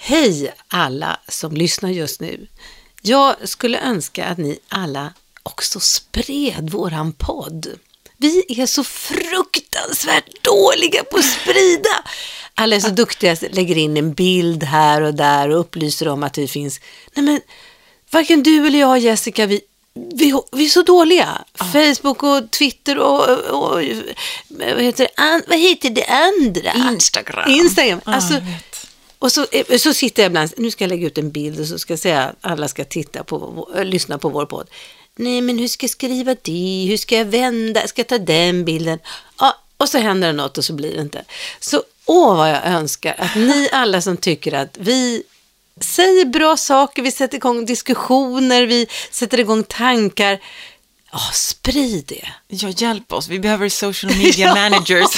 Hej alla som lyssnar just nu. Jag skulle önska att ni alla också spred våran podd. Vi är så fruktansvärt dåliga på att sprida. Alla är så duktiga, lägger in en bild här och där och upplyser om att vi finns. Nej men, varken du eller jag, Jessica, vi är så dåliga. Facebook och Twitter och vad heter det andra? Instagram. Alltså, och så sitter jag ibland, nu ska jag lägga ut en bild och så ska jag säga att alla ska lyssna på vår podd. Nej, men hur ska jag skriva det? Hur ska jag vända? Ska jag ta den bilden? Ja, och så händer det något och så blir det inte. Så vad jag önskar att ni alla som tycker att vi säger bra saker, vi sätter igång diskussioner, vi sätter igång tankar. Sprid det. Ja, hjälp oss. Vi behöver social media managers.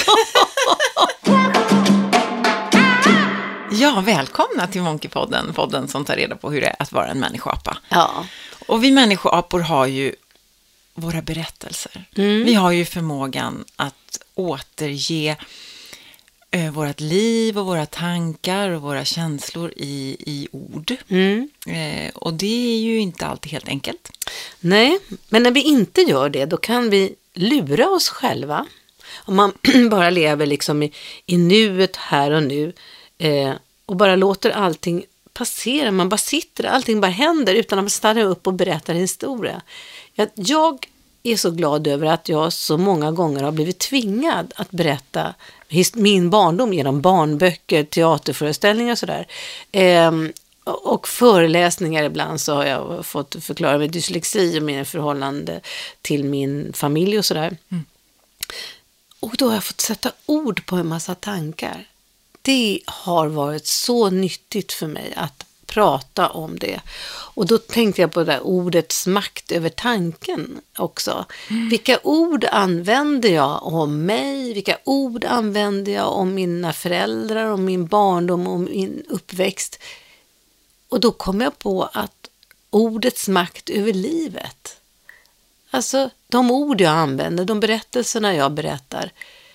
Ja, välkomna till Monkeypodden, podden som tar reda på hur det är att vara en människoapa. Ja. Och vi människoapor har ju våra berättelser. Vi har ju förmågan att återge vårt liv och våra tankar och våra känslor i ord. Och det är ju inte alltid helt enkelt. Nej, men när vi inte gör det, då kan vi lura oss själva. Om man bara lever liksom i nuet, här och nu, och bara låter allting passera. Man bara sitter, allting bara händer utan att stanna upp och berätta en historia. Jag är så glad över att jag så många gånger har blivit tvingad att berätta min barndom genom barnböcker, teaterföreställningar och sådär. Och föreläsningar ibland så har jag fått förklara med dyslexi och mina förhållande till min familj och sådär. Och då har jag fått sätta ord på en massa tankar. Det har varit så nyttigt för mig att prata om det. Och då tänkte jag på det där ordets makt över tanken också. Vilka ord använder jag om mig? Vilka ord använder jag om mina föräldrar, om min barndom, om min uppväxt? Och då kom jag på att ordets makt över livet. Alltså de ord jag använder, de berättelserna jag berättar,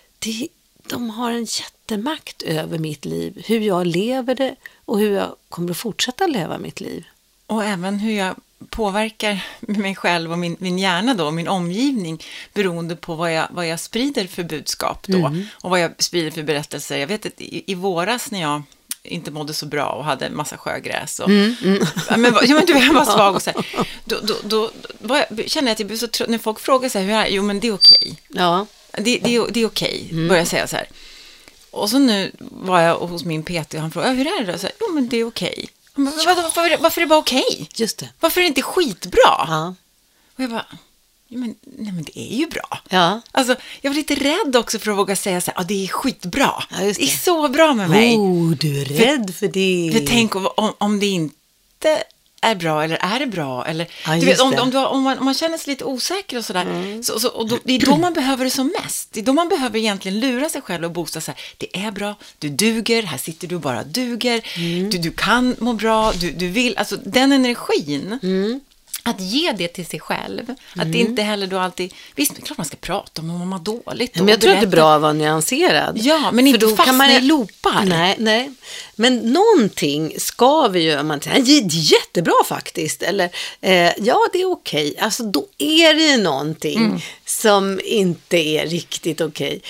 de har en jättemakt över mitt liv. Hur jag lever det och hur jag kommer att fortsätta leva mitt liv. Och även hur jag påverkar mig själv och min hjärna då, min omgivning, beroende på vad jag sprider för budskap då. Och vad jag sprider för berättelser. Jag vet att i våras när jag inte mådde så bra och hade en massa sjögräs och men du var bara svag och så här, då känner jag att jag blir så trött när folk frågar så här, hur är det? Jo, men det är okej. Ja. Det är okej, börjar jag säga så här. Och så nu var jag hos min PT och han frågade, hur är det då? Så här, jo, men det är okej. Varför är det bara okej? Just det. Varför är det inte skitbra? Ja. Och jag bara, nej men det är ju bra. Ja. Alltså, jag var lite rädd också för att våga säga så här, det är skitbra. Ja, just det. Det är så bra med mig. Du är rädd för det. För tänk om det inte är bra, eller är det bra, eller ja, du vet, om man känner sig lite osäker och sådär, och då, det är då man behöver det som mest. Det är då man behöver egentligen lura sig själv och boosta så här, det är bra, du duger, här sitter du bara duger, du kan må bra, du vill, alltså den energin, att ge det till sig själv. Att det inte heller då alltid, visst, det är klart man ska prata om man mår dåligt. Men jag tror att det är bra att vara nyanserad. Ja, men inte fastna i loopar. Nej. Men någonting ska vi ju, om man säger, det är jättebra faktiskt. Eller, ja, det är okej. Alltså, då är det ju någonting som inte är riktigt okej.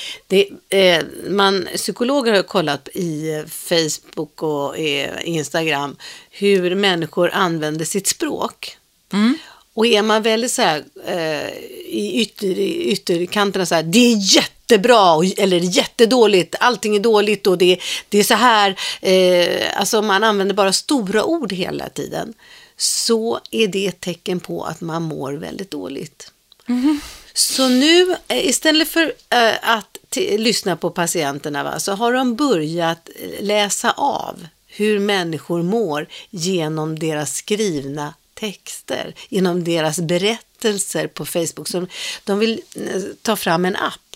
Psykologer har kollat i Facebook och Instagram hur människor använder sitt språk. Och är man väldigt så här, i ytterkanterna så här, det är jättebra eller jättedåligt, allting är dåligt och det är så här, alltså man använder bara stora ord hela tiden, så är det ett tecken på att man mår väldigt dåligt. Så nu istället för att lyssna på patienterna, så har de börjat läsa av hur människor mår genom deras skrivna texter, genom deras berättelser på Facebook. Så de vill ta fram en app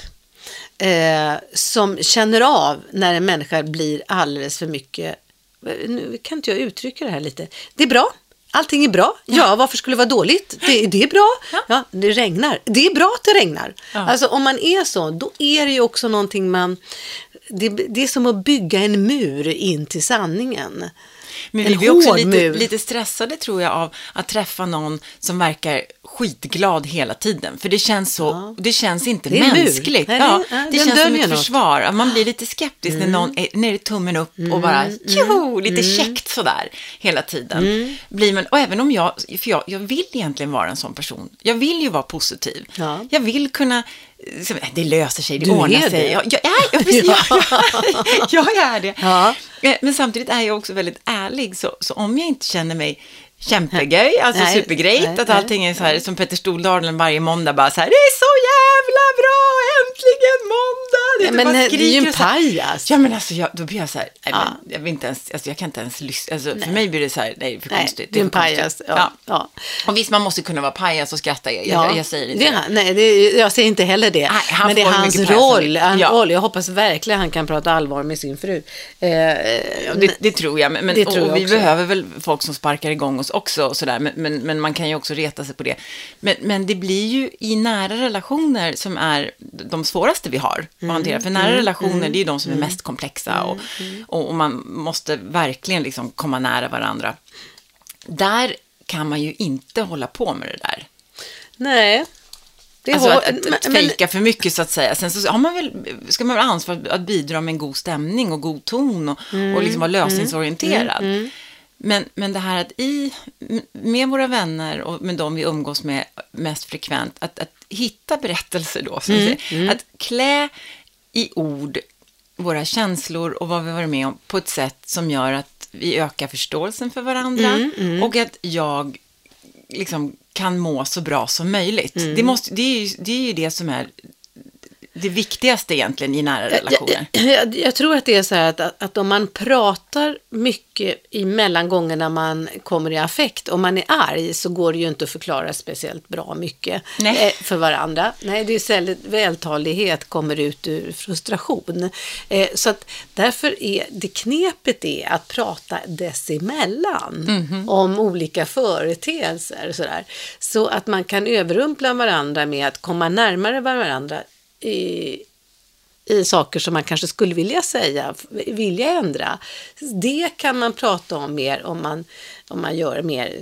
som känner av när en människa blir alldeles för mycket. Nu kan inte jag uttrycka det här lite. Det är bra. Allting är bra. Ja, varför skulle det vara dåligt? Det är bra. Ja, det regnar. Det är bra att det regnar. Ja. Alltså om man är så, då är det ju också någonting det är som att bygga en mur in till sanningen. Men En vi är också hård mur. lite stressade tror jag av att träffa någon som verkar skitglad hela tiden. För det känns så, det känns inte Det är en mur. mänskligt. Nej, Det den känns som döljer ett något. försvar. Man blir lite skeptisk när någon är nere i tummen upp och bara lite käckt sådär hela tiden. Blir man, och även om jag vill egentligen vara en sån person. Jag vill ju vara positiv. Ja. Jag vill kunna, det löser sig, det Du ordnar är sig. det. Jag är det. Ja. Men samtidigt är jag också väldigt ärlig, så om jag inte känner mig kämpegöj, alltså Nej, supergrejt, nej, att nej. allting är så här som Petter Stordalen varje måndag bara så här, det är så jävla bra, äntligen måndag. Ja, men bara det är ju skriker en och så här. pajas. Ja, men alltså då blir jag så här, nej, Ja. men jag vill inte ens, alltså jag kan inte ens lyssna, alltså för mig blir det så här, nej, för Nej, konstigt. det är en för konstigt. pajas. Ja. Ja. Och visst, man måste kunna vara pajas och skratta, jag säger inte det. Nej, jag säger inte heller det. Nej, han men det är får hans mycket roll. Ja. Jag hoppas verkligen han kan prata allvar med sin fru. Det tror jag, men det tror jag och vi också. behöver väl folk som sparkar igång oss också och sådär, men man kan ju också reta sig på det. Men det blir ju i nära relationer som är de svåraste vi har att hantera, för nära relationer, det är ju de som är mest komplexa och man måste verkligen liksom komma nära varandra. Där kan man ju inte hålla på med det där. Nej. Det är Alltså hårt. att fejka för mycket så att säga. Sen så har man väl, ska man väl ansvar att bidra med en god stämning och god ton och liksom vara lösningsorienterad. Men det här att med våra vänner och med de vi umgås med mest frekvent, att hitta berättelser då, som säger, att klä i ord våra känslor och vad vi varit med om på ett sätt som gör att vi ökar förståelsen för varandra och att jag liksom kan må så bra som möjligt. Det är ju det som är det viktigaste egentligen i nära relationer. Jag tror att det är så här att om man pratar mycket i mellangången när man kommer i affekt, om man är arg, så går det ju inte att förklara speciellt bra mycket för varandra. Nej, det är istället vältalighet kommer ut ur frustration. Så att därför är det knepet är att prata dessemellan om olika företeelser och sådär. Så att man kan överrumpla varandra med att komma närmare varandra i saker som man kanske skulle vilja säga, vilja ändra. Det kan man prata om mer om man gör mer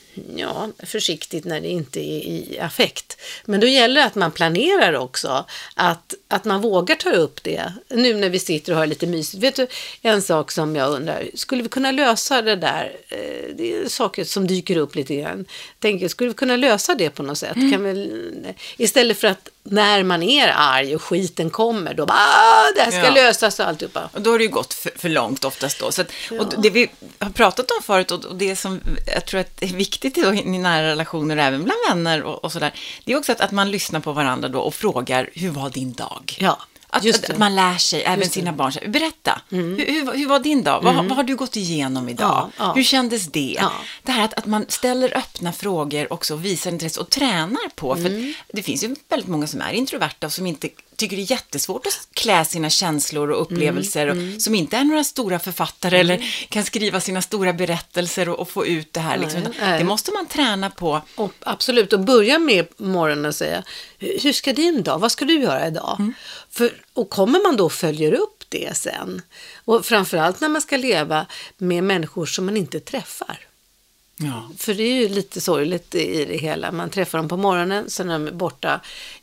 försiktigt när det inte är i affekt. Men då gäller det att man planerar också, att man vågar ta upp det. Nu när vi sitter och har lite mysigt. Vet du, en sak som jag undrar, skulle vi kunna lösa det där? Det är saker som dyker upp lite grann. Tänker, skulle vi kunna lösa det på något sätt? Kan vi, istället för att när man är arg och skiten kommer, då bara, det här ska lösas och alltihopa. Och då har det ju gått för långt oftast då. Så att, och det vi har pratat om förut och det som jag tror att är viktigt då, i nära relationer, även bland vänner och sådär, det är också att man lyssnar på varandra då och frågar, hur var din dag? Ja. Att man lär sig, även sina barn. Berätta, hur var din dag? Vad har du gått igenom idag? Hur kändes det? Det här att man ställer öppna frågor också och visar intresse och tränar på. För det finns ju väldigt många som är introverta och som inte tycker det är jättesvårt att klä sina känslor och upplevelser och som inte är några stora författare eller kan skriva sina stora berättelser och få ut det här. Liksom. Det måste man träna på. Och absolut, och börja med morgonen och säga, hur ska din dag? Vad ska du göra idag? Och kommer man då följer upp det sen? Och framförallt när man ska leva med människor som man inte träffar. Ja. För det är ju lite sorgligt i det hela. Man träffar dem på morgonen, sen är de borta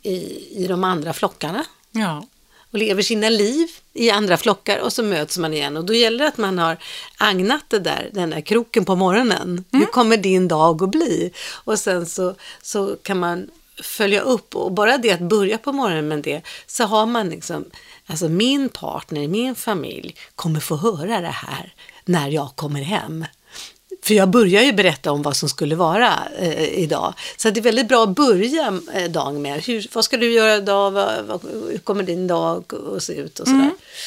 i de andra flockarna. Ja. Och lever sina liv i andra flockar och så möts man igen. Och då gäller det att man har agnat den där kroken på morgonen. Hur kommer din dag att bli? Och sen så kan man följa upp, och bara det att börja på morgonen med det, så har man liksom, alltså min partner, min familj kommer få höra det här när jag kommer hem. För jag börjar ju berätta om vad som skulle vara idag. Så det är väldigt bra att börja dagen med. Vad ska du göra idag? Hur kommer din dag att se ut? Och sådär.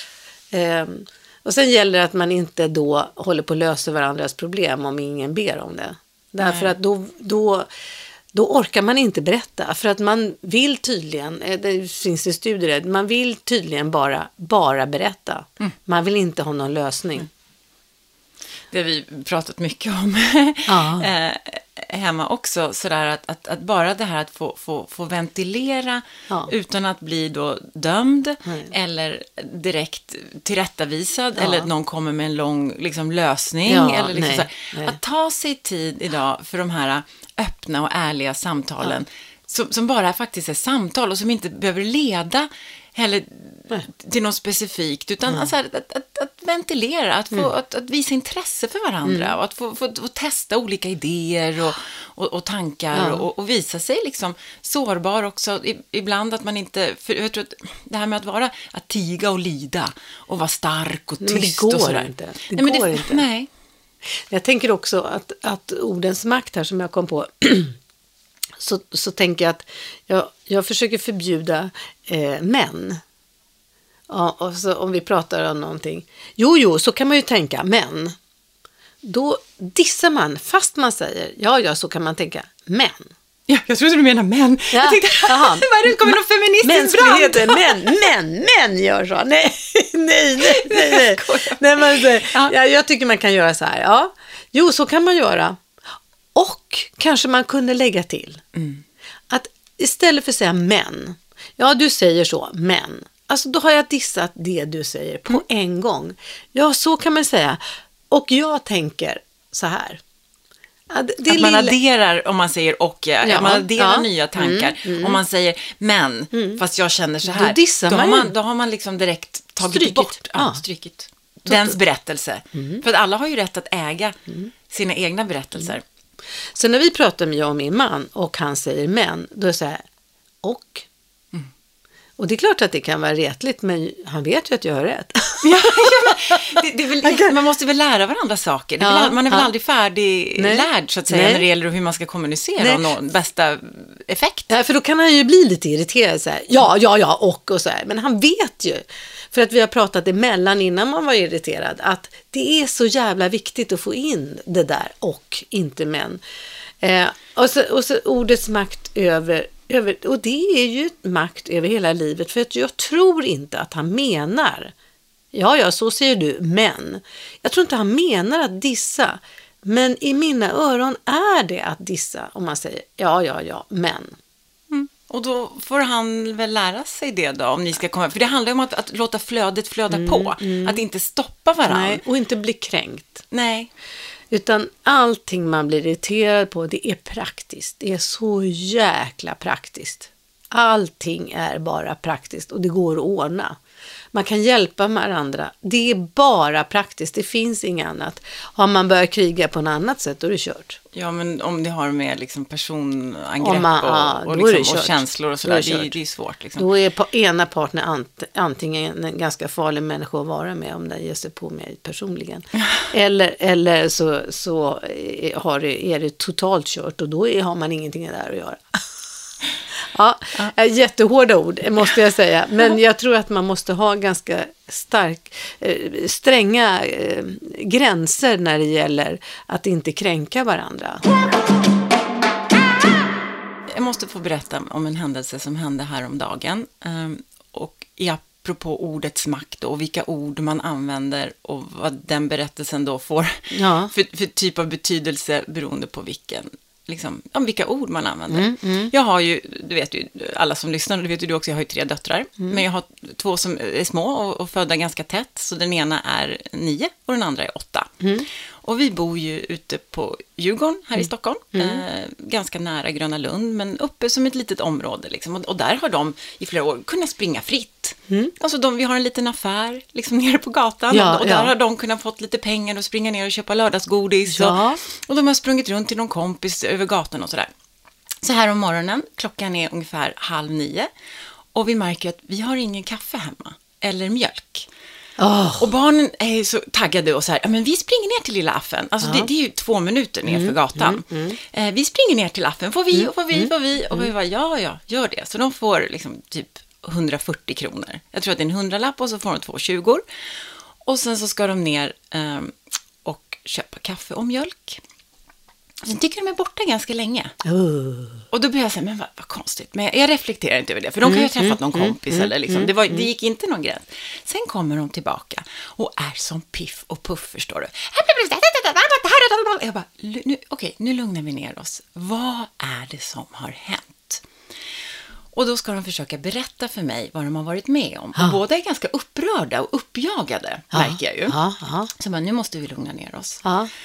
Och sen gäller det att man inte då håller på att lösa varandras problem om ingen ber om det. Därför att då orkar man inte berätta. För att man vill tydligen, det finns det studier, man vill tydligen bara berätta. Man vill inte ha någon lösning. Det har vi pratat mycket om. hemma också, sådär att bara det här att få ventilera utan att bli då dömd eller direkt tillrättavisad eller någon kommer med en lång liksom, lösning. Eller liksom nej. Att ta sig tid idag för de här öppna och ärliga samtalen som bara faktiskt är samtal och som inte behöver leda heller till något specifikt, utan alltså att ventilera, att visa intresse för varandra och att få testa olika idéer och tankar och visa sig liksom sårbar också. Ibland att man inte, för jag tror att det här med att tiga och lida och vara stark och tyst och sådär. Inte. Det går inte. Nej. Jag tänker också att ordens makt här som jag kom på så tänker jag att jag försöker förbjuda män. Ja, och så om vi pratar om någonting. Jo, så kan man ju tänka, men då dissar man fast man säger, ja, så kan man tänka, men. Ja, jag trodde du menar män. Ja, jag tänkte, vad är det, kommer någon feministisk brand? Män gör så. Nej. Nej, man säger, jag tycker man kan göra så här, ja. Jo, så kan man göra. Och kanske man kunde lägga till att istället för att säga men, ja, du säger så, men. Alltså då har jag dissat det du säger på en gång. Ja, så kan man säga. Och jag tänker så här. Att man adderar om man säger och. Man adderar nya tankar. Om man säger men, fast jag känner så här. Då dissar då har man liksom direkt tagit bort. Strykit. Dens berättelse. För att alla har ju rätt att äga sina egna berättelser. Så när vi pratar med jag och min man och han säger men, då är det så här, och. Och det är klart att det kan vara retligt, men han vet ju att jag har rätt. Det är väl, man måste väl lära varandra saker. Man är väl aldrig färdiglärd så att säga när det gäller hur man ska kommunicera och nå bästa effekt. Ja, för då kan han ju bli lite irriterad så här, ja, och så här. Men han vet ju, för att vi har pratat emellan innan man var irriterad, att det är så jävla viktigt att få in det där och inte men. Och så ordets makt över, och det är ju makt över hela livet, för att jag tror inte att han menar, ja, så säger du, men jag tror inte han menar att dissa, men i mina öron är det att dissa om man säger ja, men. Och då får han väl lära sig det då, om ni ska komma, för det handlar ju om att låta flödet flöda på, att inte stoppa varandra. Nej, och inte bli kränkt. Nej. Utan allting man blir irriterad på, det är praktiskt. Det är så jäkla praktiskt. Allting är bara praktiskt och det går att ordna. Man kan hjälpa varandra. Det är bara praktiskt, det finns inget annat. Har man börjat kriga på något annat sätt, då är det kört. Ja, men om det har med liksom personangrepp och känslor och sådär, det är svårt. Liksom. Då är ena parten antingen en ganska farlig människa att vara med om den ger sig på mig personligen. eller så är det totalt kört och då har man ingenting där att göra. Ja, jättehårda ord måste jag säga. Men jag tror att man måste ha ganska stränga gränser när det gäller att inte kränka varandra. Jag måste få berätta om en händelse som hände häromdagen. Och apropå ordets makt och vilka ord man använder och vad den berättelsen då får för typ av betydelse beroende på vilka ord man använder. Jag har ju, du vet ju, alla som lyssnar, du vet ju du också, jag har ju 3 döttrar. Men jag har 2 som är små och födda ganska tätt. Så den ena är 9 och den andra är 8. Och vi bor ju ute på Djurgården här i Stockholm. Ganska nära Gröna Lund, men uppe som ett litet område. Liksom. Och där har de i flera år kunnat springa fritt. Alltså vi har en liten affär liksom nere på gatan. Och där har de kunnat fått lite pengar och springa ner och köpa lördagsgodis. Och de har sprungit runt till någon kompis över gatan och sådär. Så här om morgonen, klockan är ungefär 8:30. Och vi märker att vi har ingen kaffe hemma. Eller mjölk. Och barnen är så taggade och så här, men vi springer ner till lilla affen. Alltså det är ju 2 minuter ner för gatan. Vi springer ner till affen, får vi. Och vi bara, ja, gör det. Så de får liksom typ 140 kronor. Jag tror att det är en 100-lapp och så får de 2 20. Och sen så ska de ner och köpa kaffe och mjölk. Sen tycker de är borta ganska länge. Och då blir jag säga, men vad konstigt. Men jag reflekterar inte över det. För de kan ju ha träffat någon kompis. Eller liksom. Det gick inte någon gräns. Sen kommer de tillbaka och är som piff och puff, förstår du. jag bara, nu lugnar vi ner oss. Vad är det som har hänt? Och då ska de försöka berätta för mig vad de har varit med om. Och båda är ganska upprörda och uppjagade, märker jag ju. Så bara, nu måste vi lugna ner oss.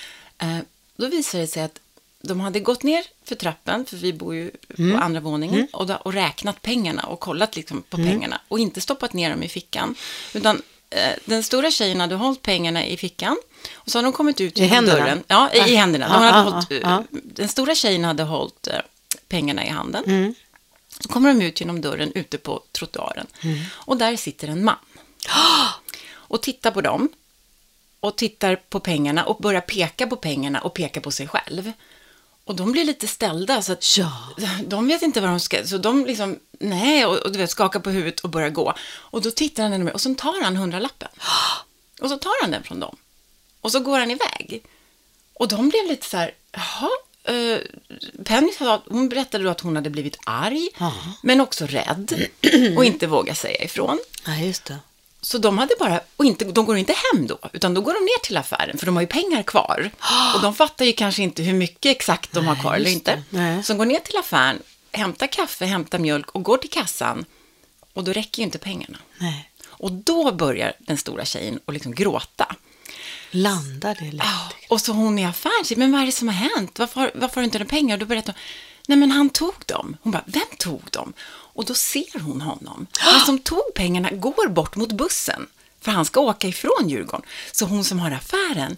Då visar det sig att de hade gått ner för trappen, för vi bor ju på andra våningen, och räknat pengarna och kollat liksom på pengarna och inte stoppat ner dem i fickan. Utan den stora tjejen hade hållit pengarna i fickan och så har de kommit ut genom dörren. Ja, i händerna. Den stora tjejen hade hållit pengarna i handen. Så kommer de ut genom dörren ute på trottoaren. Och där sitter en man. Och tittar på dem. Och tittar på pengarna och börjar peka på pengarna och peka på sig själv. Och de blir lite ställda så att de vet inte vad de ska. Så de liksom, nej, och du vet, skakar på huvudet och börjar gå. Och då tittar han och så tar han 100-lappen. Och så tar han den från dem. Och så går han iväg. Och de blev lite så här, jaha. Penny sa att hon berättade då att hon hade blivit arg, men också rädd och inte våga säga ifrån. Ja, just det. Så de hade bara, de går inte hem då, utan då går de ner till affären, för de har ju pengar kvar. Och de fattar ju kanske inte hur mycket exakt de har kvar eller inte. Så de går ner till affären, hämtar kaffe, hämtar mjölk och går till kassan. Och då räcker ju inte pengarna. Nej. Och då börjar den stora tjejen att liksom gråta. Landar det lite. Och så hon i affären säger, men vad är det som har hänt? Varför har du inte några pengar? Och då berättar hon, nej men han tog dem. Hon bara, vem tog dem? Och då ser hon honom. Han som tog pengarna går bort mot bussen. För han ska åka ifrån Djurgården. Så hon som har affären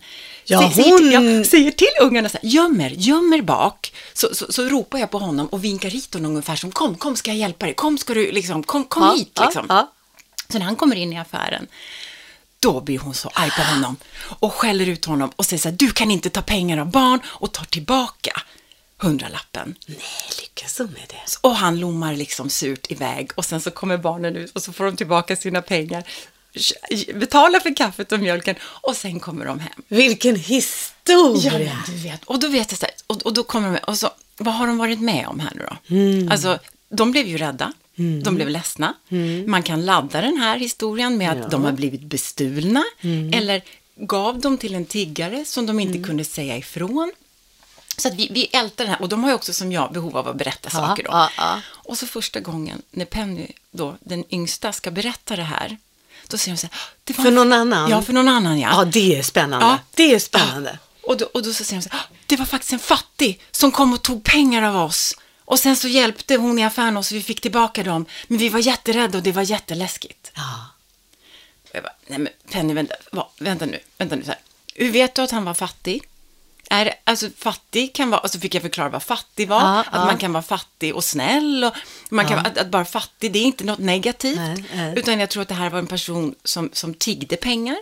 säger till ungarna så här, gömmer bak. Så ropar jag på honom och vinkar hit honom ungefär som, kom ska jag hjälpa dig. Kom ska du liksom, kom hit liksom. Så när han kommer in i affären, då blir hon så arg på honom och skäller ut honom och säger så här, du kan inte ta pengar av barn, och tar tillbaka 100-lappen. Nej, lyckas de med det? Och han lommar liksom surt iväg och sen så kommer barnen ut och så får de tillbaka sina pengar, betala för kaffet och mjölken och sen kommer de hem. Vilken historia! Ja, du vet. Och då vet jag så här, och då kommer de och så, vad har de varit med om här nu då? Alltså, de blev ju rädda. De blev ledsna. Man kan ladda den här historien med att de har blivit bestulna eller gav dem till en tiggare som de inte kunde säga ifrån. Så att vi ältar den här, och de har ju också som jag behov av att berätta saker då. Och så första gången när Penny då, den yngsta, ska berätta det här, då säger hon så här, det var för någon annan? Ja, för någon annan, ja. Ja, det är spännande. Ja. Det är spännande. Ja. Och då så säger hon så här, det var faktiskt en fattig som kom och tog pengar av oss. Och sen så hjälpte hon i affären oss och vi fick tillbaka dem. Men vi var jätterädda och det var jätteläskigt. Ja. Och jag bara, nej men Penny, vänta nu så här. Hur vet du att han var fattig? Alltså fattig kan vara, och så fick jag förklara vad fattig var. Att man kan vara fattig och snäll. Och man kan att bara fattig, det är inte något negativt. Nej. Utan jag tror att det här var en person som tiggde pengar.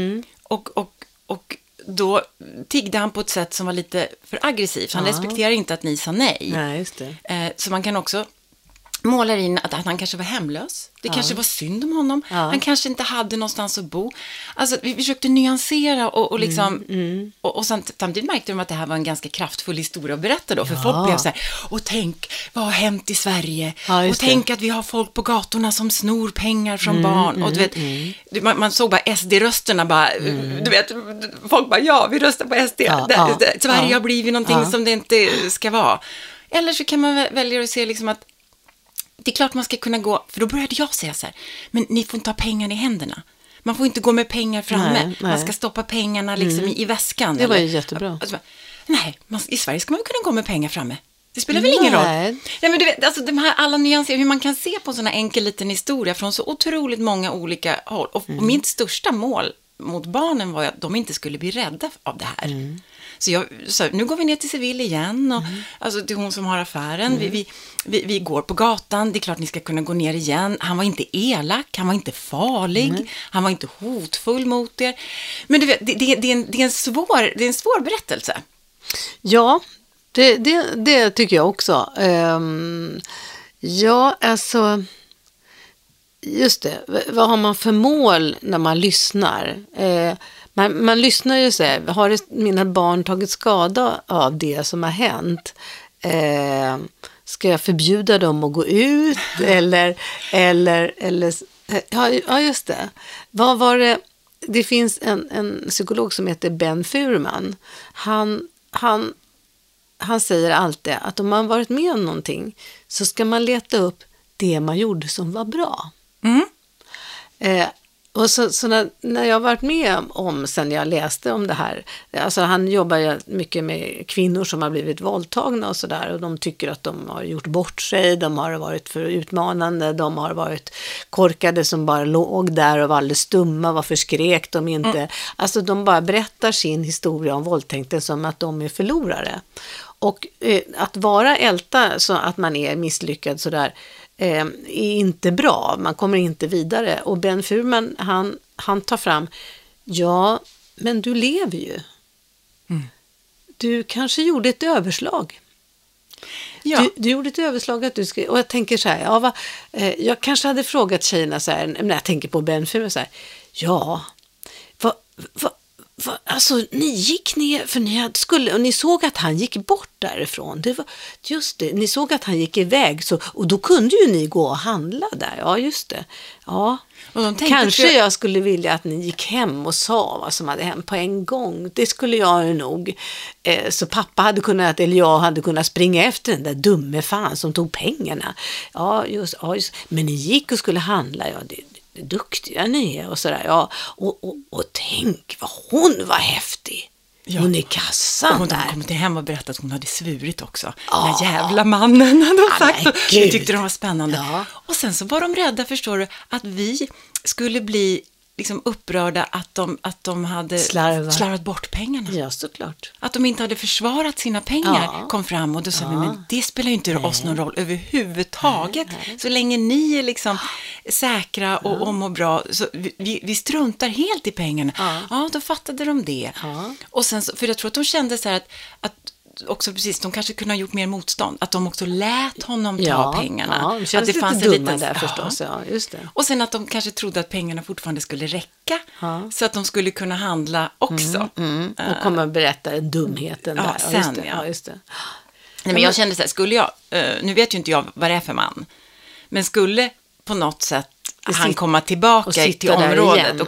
Och då tiggde han på ett sätt som var lite för aggressivt. Han respekterar inte att ni sa nej. Nej, just det. Så man kan också måla in att han kanske var hemlös. Det kanske var synd om honom. Han kanske inte hade någonstans att bo. Alltså vi försökte nyansera och liksom och samtidigt märkte de att det här var en ganska kraftfull historia att berätta då. För folk blev så här, och tänk vad har hänt i Sverige? Och tänk att vi har folk på gatorna som snor pengar från barn. Och du vet, man såg bara SD-rösterna bara, du vet, folk bara, ja, vi röstar på SD. Sverige har blivit någonting som det inte ska vara. Eller så kan man välja att se liksom att det är klart man ska kunna gå, för då började jag säga så här, men ni får inte ha pengar i händerna. Man får inte gå med pengar framme. Nej. Man ska stoppa pengarna liksom i väskan. Det var ju jättebra. Alltså, nej, i Sverige ska man kunna gå med pengar framme. Det spelar väl ingen roll. Nej, men du vet, alltså de här alla nyanser, hur man kan se på en sån här enkel liten historia från så otroligt många olika håll. Och mitt största mål mot barnen var ju att de inte skulle bli rädda av det här. Så nu går vi ner till Seville igen och alltså till hon som har affären. Vi går på gatan, det är klart ni ska kunna gå ner igen. Han var inte elak, han var inte farlig, han var inte hotfull mot er. Men du vet, det är en svår berättelse. Ja, det tycker jag också. Ja, alltså just det. Vad har man för mål när man lyssnar? Man lyssnar ju så här, har mina barn tagit skada av det som har hänt? Ska jag förbjuda dem att gå ut? Eller ja, just det. Vad var det? Det finns en psykolog som heter Ben Furman. Han han säger alltid att om man varit med om någonting så ska man leta upp det man gjorde som var bra. Och så när jag har varit med om sen jag läste om det här, alltså han jobbar ju mycket med kvinnor som har blivit våldtagna och sådär, och de tycker att de har gjort bort sig, de har varit för utmanande, de har varit korkade som bara låg där och var alldeles stumma, varför skrek de inte? Alltså de bara berättar sin historia om våldtäkten som att de är förlorare. Och att vara älta så att man är misslyckad sådär är inte bra, man kommer inte vidare. Och Ben Furman, han tar fram, ja, men du lever ju. Du kanske gjorde ett överslag. Ja. Du gjorde ett överslag att du ska, och jag tänker så här, jag kanske hade frågat tjejerna så här, när jag tänker på Ben Furman så här, ja, alltså ni gick ner för och ni såg att han gick bort därifrån. Det var just det, ni såg att han gick iväg och då kunde ju ni gå och handla där. Ja, just det. Ja. Och kanske jag skulle vilja att ni gick hem och sa vad som hade hänt på en gång. Det skulle jag nog. Så pappa hade kunnat, eller jag hade kunnat springa efter den där dumme fan som tog pengarna. Ja, just. Men ni gick och skulle handla, ja, det duktiga ni är och sådär, ja, och tänk vad hon var häftig. Ja. Hon är kassan hon där. Hon kom till hem och berättade att hon hade svurit också. Den jävla mannen hade sagt. Och jag tyckte de var spännande. Ja. Och sen så var de rädda, förstår du, att vi skulle bli liksom upprörda att de hade slarvat bort pengarna. Ja, såklart. Att de inte hade försvarat sina pengar kom fram, och då sa vi, men det spelar ju inte oss någon roll överhuvudtaget. Nej. Så länge ni är liksom säkra och mår bra, så vi struntar helt i pengarna. Ja, då fattade de det. Och sen så, för jag tror att de kände så här att också precis, de kanske kunde ha gjort mer motstånd, att de också lät honom ta pengarna. Ja, att det fanns en liten där förstås, ja, just det. Och sen att de kanske trodde att pengarna fortfarande skulle räcka, så att de skulle kunna handla också. Och komma och berätta dumheten där. Sen, just det. Nej, men jag kände så här, skulle jag, nu vet ju inte jag vad det är för man, men skulle på något sätt han komma tillbaka till området och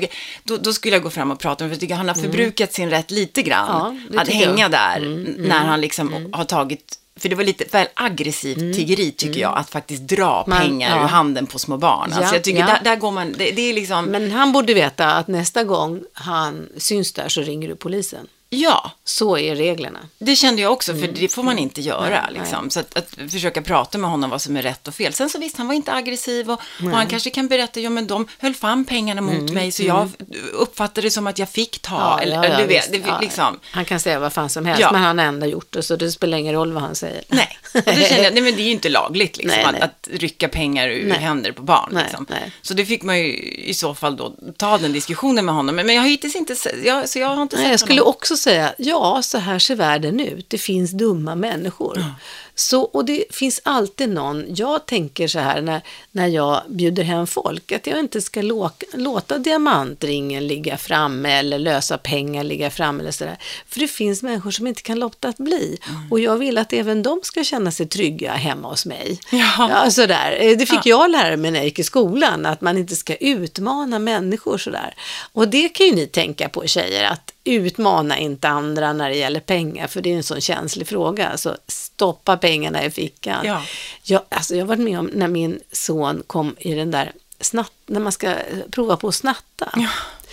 då skulle jag gå fram och prata med, för jag tycker han har förbrukat sin rätt lite grann att hänga där när han liksom har tagit, för det var lite väl aggressivt tiggeri tycker jag, att faktiskt dra pengar ur handen på små barn. Alltså jag tycker där går man, det är liksom. Men han borde veta att nästa gång han syns där så ringer du polisen. Ja. Så är reglerna. Det kände jag också, för det får man inte göra. Liksom. Så att försöka prata med honom vad som är rätt och fel. Sen så visst, han var inte aggressiv och han kanske kan berätta, ja men de höll fan pengarna mot mig så jag uppfattade det som att jag fick ta. Du vet, liksom. Han kan säga vad fan som helst, men han har ändå gjort det, så det spelar ingen roll vad han säger. Nej, och det kände jag, men det är ju inte lagligt liksom, att rycka pengar ur händer på barn. Liksom. Så det fick man ju i så fall då ta den diskussionen med honom. Men jag har hittills inte, så jag har inte sett jag skulle också säga, ja, så här ser världen ut. Det finns dumma människor. Så, och det finns alltid någon, jag tänker så här när jag bjuder hem folk, att jag inte ska låta diamantringen ligga framme eller lösa pengar ligga framme eller sådär. För det finns människor som inte kan låta att bli. Och jag vill att även de ska känna sig trygga hemma hos mig. Ja, sådär. Det fick jag lära mig när jag gick i skolan, att man inte ska utmana människor sådär. Och det kan ju ni tänka på, tjejer, att utmana inte andra när det gäller pengar, för det är en sån känslig fråga. Alltså stoppa pengarna i fickan. Jag har varit med om när min son kom i den där när man ska prova på att snatta.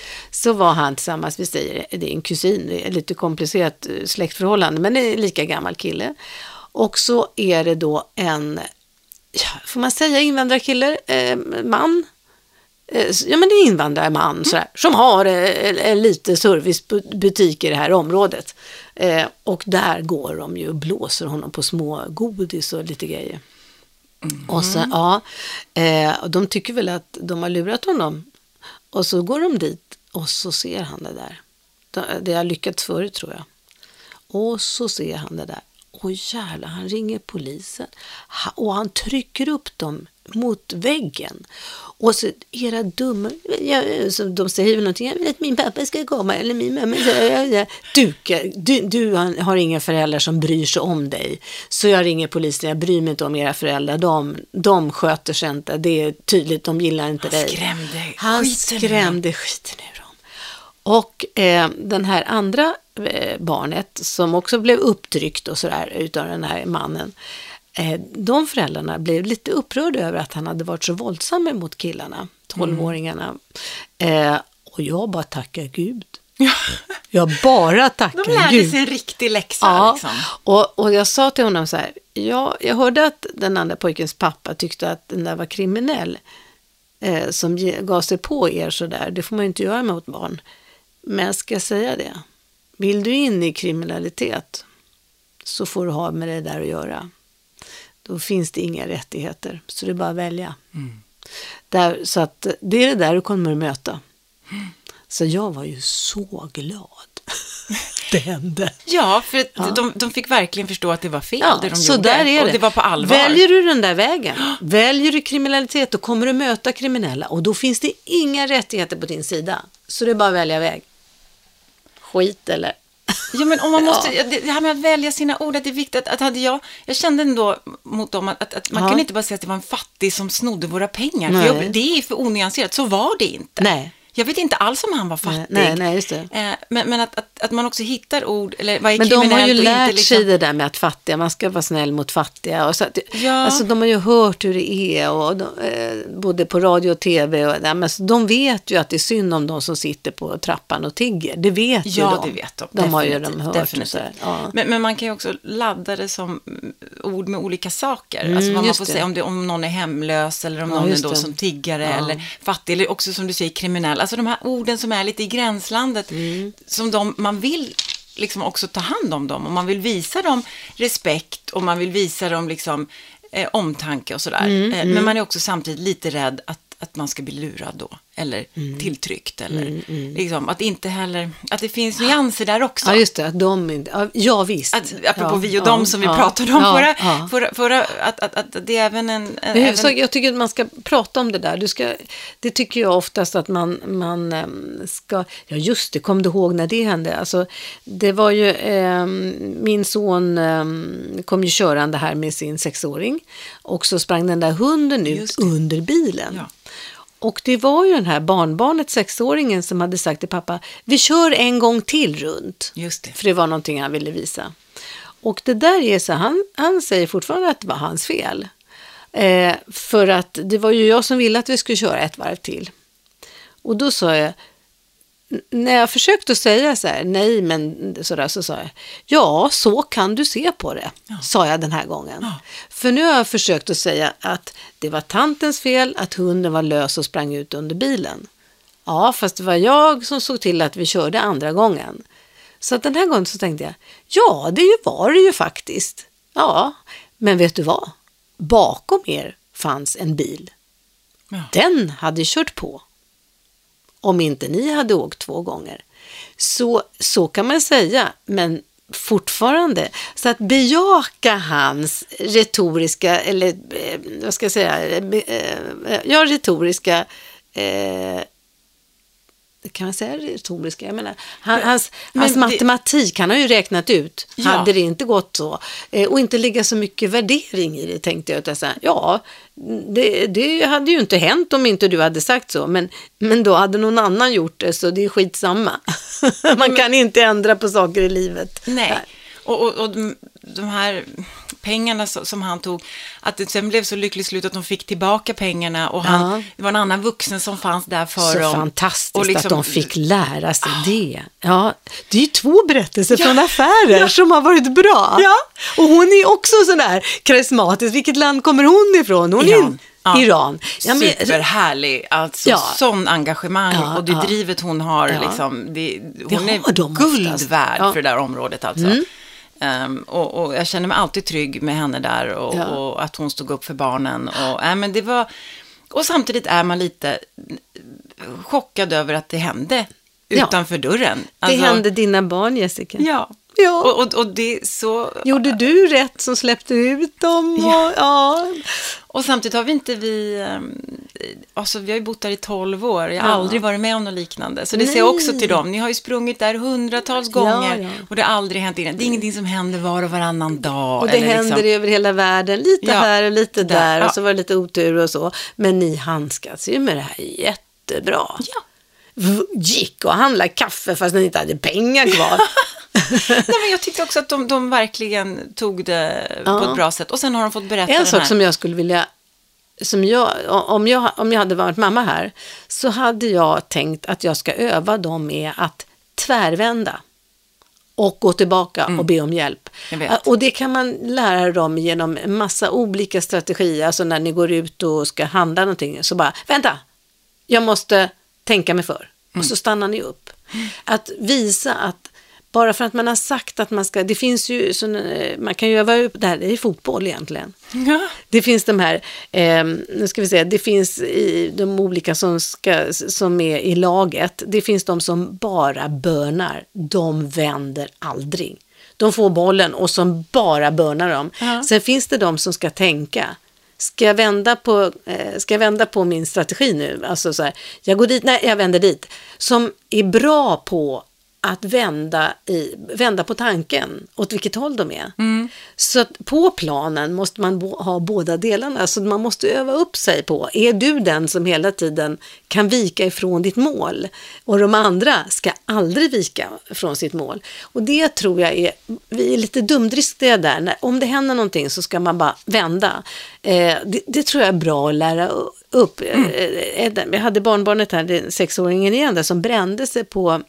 Så var han tillsammans, vi säger, det är en kusin, det är lite komplicerat släktförhållande, men det är en lika gammal kille. Och så är det då en, får man säga invandrarkille, man. Ja, men det är invandrarman sådär, som har lite servicebutik i det här området. Och där går de ju och blåser honom på små godis och lite grejer. Och så, och de tycker väl att de har lurat honom. Och så går de dit och så ser han det där. Det har lyckats förut, tror jag. Och så ser han det där. Och jävlar, han ringer polisen. Och han trycker upp dem mot väggen. Och så era dumma, så de säger någonting, jag vill att min pappa ska komma, eller min mamma, du har inga föräldrar som bryr sig om dig, så jag ringer polisen, jag bryr mig inte om era föräldrar, de sköter sig inte, det är tydligt, de gillar inte dig. Han skrämde skiten ur dem. Och den här andra barnet som också blev upptryckt och sådär utav den här mannen. De föräldrarna blev lite upprörda över att han hade varit så våldsam mot killarna, 12-åringarna. Och jag bara tackar Gud. Jag bara tackar Gud. De lärde sig en riktig läxa. Ja, liksom. och jag sa till honom så här, jag hörde att den andra pojkens pappa tyckte att den där var kriminell som gav sig på er så där. Det får man ju inte göra mot barn. Men ska jag säga det? Vill du in i kriminalitet så får du ha med det där att göra. Då finns det inga rättigheter. Så det är bara att välja. Så att det är det där du kommer att möta. Så jag var ju så glad. Det hände. Ja, för de fick verkligen förstå att det var fel det de så gjorde. Där är det. Och det var på allvar. Väljer du den där vägen, väljer du kriminalitet, då kommer du möta kriminella. Och då finns det inga rättigheter på din sida. Så det är bara att välja väg. Skit eller... Ja, men om man måste, det här med att välja sina ord, att det är viktigt att hade jag kände ändå mot dem att man kunde inte bara säga att det var en fattig som snodde våra pengar. För det är för onyanserat, så var det inte. Nej. Jag vet inte alls om han var fattig. Nej, just det. Men att man också hittar ord, eller vad är men kriminellt. Men de har ju lärt liksom... sig det där med att fattiga, man ska vara snäll mot fattiga. Och så att, alltså de har ju hört hur det är, och både på radio och tv. Och, men de vet ju att det är synd om de som sitter på trappan och tigger. Det vet ju de. Ja, det vet de. De har ju hört. Definitivt. Men man kan ju också ladda det som ord med olika saker. Alltså vad man får säga om någon är hemlös, eller om någon är då som tiggare, eller fattig, eller också som du säger kriminell. Alltså de här orden som är lite i gränslandet, som man vill liksom också ta hand om dem, och man vill visa dem respekt, och man vill visa dem liksom omtanke och sådär. Men man är också samtidigt lite rädd att man ska bli lurad då, eller tilltryckt, eller liksom, att inte heller, att det finns nyanser där också. Ja, just det, att de inte, ja visst. Apropå vi och dem som vi pratade om förra, att det är även en... Jag tycker att man ska prata om det där. Det tycker jag oftast att man ska, ja just det, kom du ihåg när det hände? Alltså, det var ju, min son kom ju körande här med sin 6-åring, och så sprang den där hunden ut under bilen. Ja. Och det var ju den här barnbarnet, 6-åringen, som hade sagt till pappa, vi kör en gång till runt. Just det. För det var någonting han ville visa. Och det där är så, han säger fortfarande att det var hans fel. För att det var ju jag som ville att vi skulle köra ett varv till. Och då sa jag, när jag försökte säga så här, nej men sådär, så sa jag, ja så kan du se på det, sa jag den här gången. Ja. För nu har jag försökt att säga att det var tantens fel att hunden var lös och sprang ut under bilen. Ja, fast det var jag som såg till att vi körde andra gången. Så att den här gången så tänkte jag, ja det var det ju faktiskt. Ja, men vet du vad? Bakom er fanns en bil. Ja. Den hade kört på. Om inte ni hade åkt 2 gånger. Så kan man säga, men fortfarande. Så att bejaka hans retoriska, eller vad ska jag säga, retoriska, kan man säga retoriska? Jag menar, hans matematik, han har ju räknat ut. Ja. Hade det inte gått så. Och inte ligga så mycket värdering i det, tänkte jag. Så här, ja, det hade ju inte hänt om inte du hade sagt så. Men då hade någon annan gjort det, så det är skitsamma. Man kan inte ändra på saker i livet. Nej, och de här pengarna som han tog, att det sen blev så lyckligt slut att de fick tillbaka pengarna, och det var en annan vuxen som fanns där för dem. Så fantastiskt och liksom, att de fick lära sig det. Ja, det är ju 2 berättelser från affärer som har varit bra. Ja. Och hon är också sån där karismatisk. Vilket land kommer hon ifrån? Hon är Iran. Ja, men, superhärlig, alltså sån engagemang, och det drivet hon har, liksom, hon är guld värd för det där området alltså. Och jag känner mig alltid trygg med henne där, och att hon stod upp för barnen, men det var, och samtidigt är man lite chockad över att det hände utanför dörren. Alltså, det hände dina barn, Jessica. Ja. Och det är så... Gjorde du rätt som släppte ut dem? Och samtidigt har vi har ju bott där i 12 år. Jag har aldrig varit med om något liknande. Så det ser jag också till dem. Ni har ju sprungit där hundratals gånger. Och det har aldrig hänt innan. Det är ingenting som händer var och varannan dag. Och det händer över hela världen. Lite här och lite där. Och så var det lite otur och så. Men ni handskas ju med det här jättebra. Ja. Gick och handlade kaffe fast ni inte hade pengar kvar. Nej, men jag tyckte också att de verkligen tog det på ett bra sätt. Och sen har de fått berätta En sak som jag skulle vilja, om jag hade varit mamma här, så hade jag tänkt att jag ska öva dem med att tvärvända och gå tillbaka och be om hjälp. Och det kan man lära dem genom en massa olika strategier. Alltså när ni går ut och ska handla någonting, så bara, vänta, jag måste tänka mig för. Och så stannar ni upp. Att visa att bara för att man har sagt att man ska, det finns ju, man kan ju öva upp, det här är fotboll egentligen. Ja. Det finns de här, nu ska vi se, det finns i de olika som är i laget, det finns de som bara börnar, de vänder aldrig. De får bollen och som bara börnar dem. Sen finns det de som ska tänka. Ska jag vända på min strategi nu? Alltså så här, jag går dit, nej jag vänder dit. Som är bra på att vända på tanken åt vilket håll de är. Så att på planen måste man ha båda delarna. Så man måste öva upp sig på. Är du den som hela tiden kan vika ifrån ditt mål? Och de andra ska aldrig vika från sitt mål. Och det tror jag vi är lite dumdristiga där. Om det händer någonting så ska man bara vända. Det tror jag är bra att lära upp. Jag hade barnbarnet här, 6-åringen igen, där som brände sig på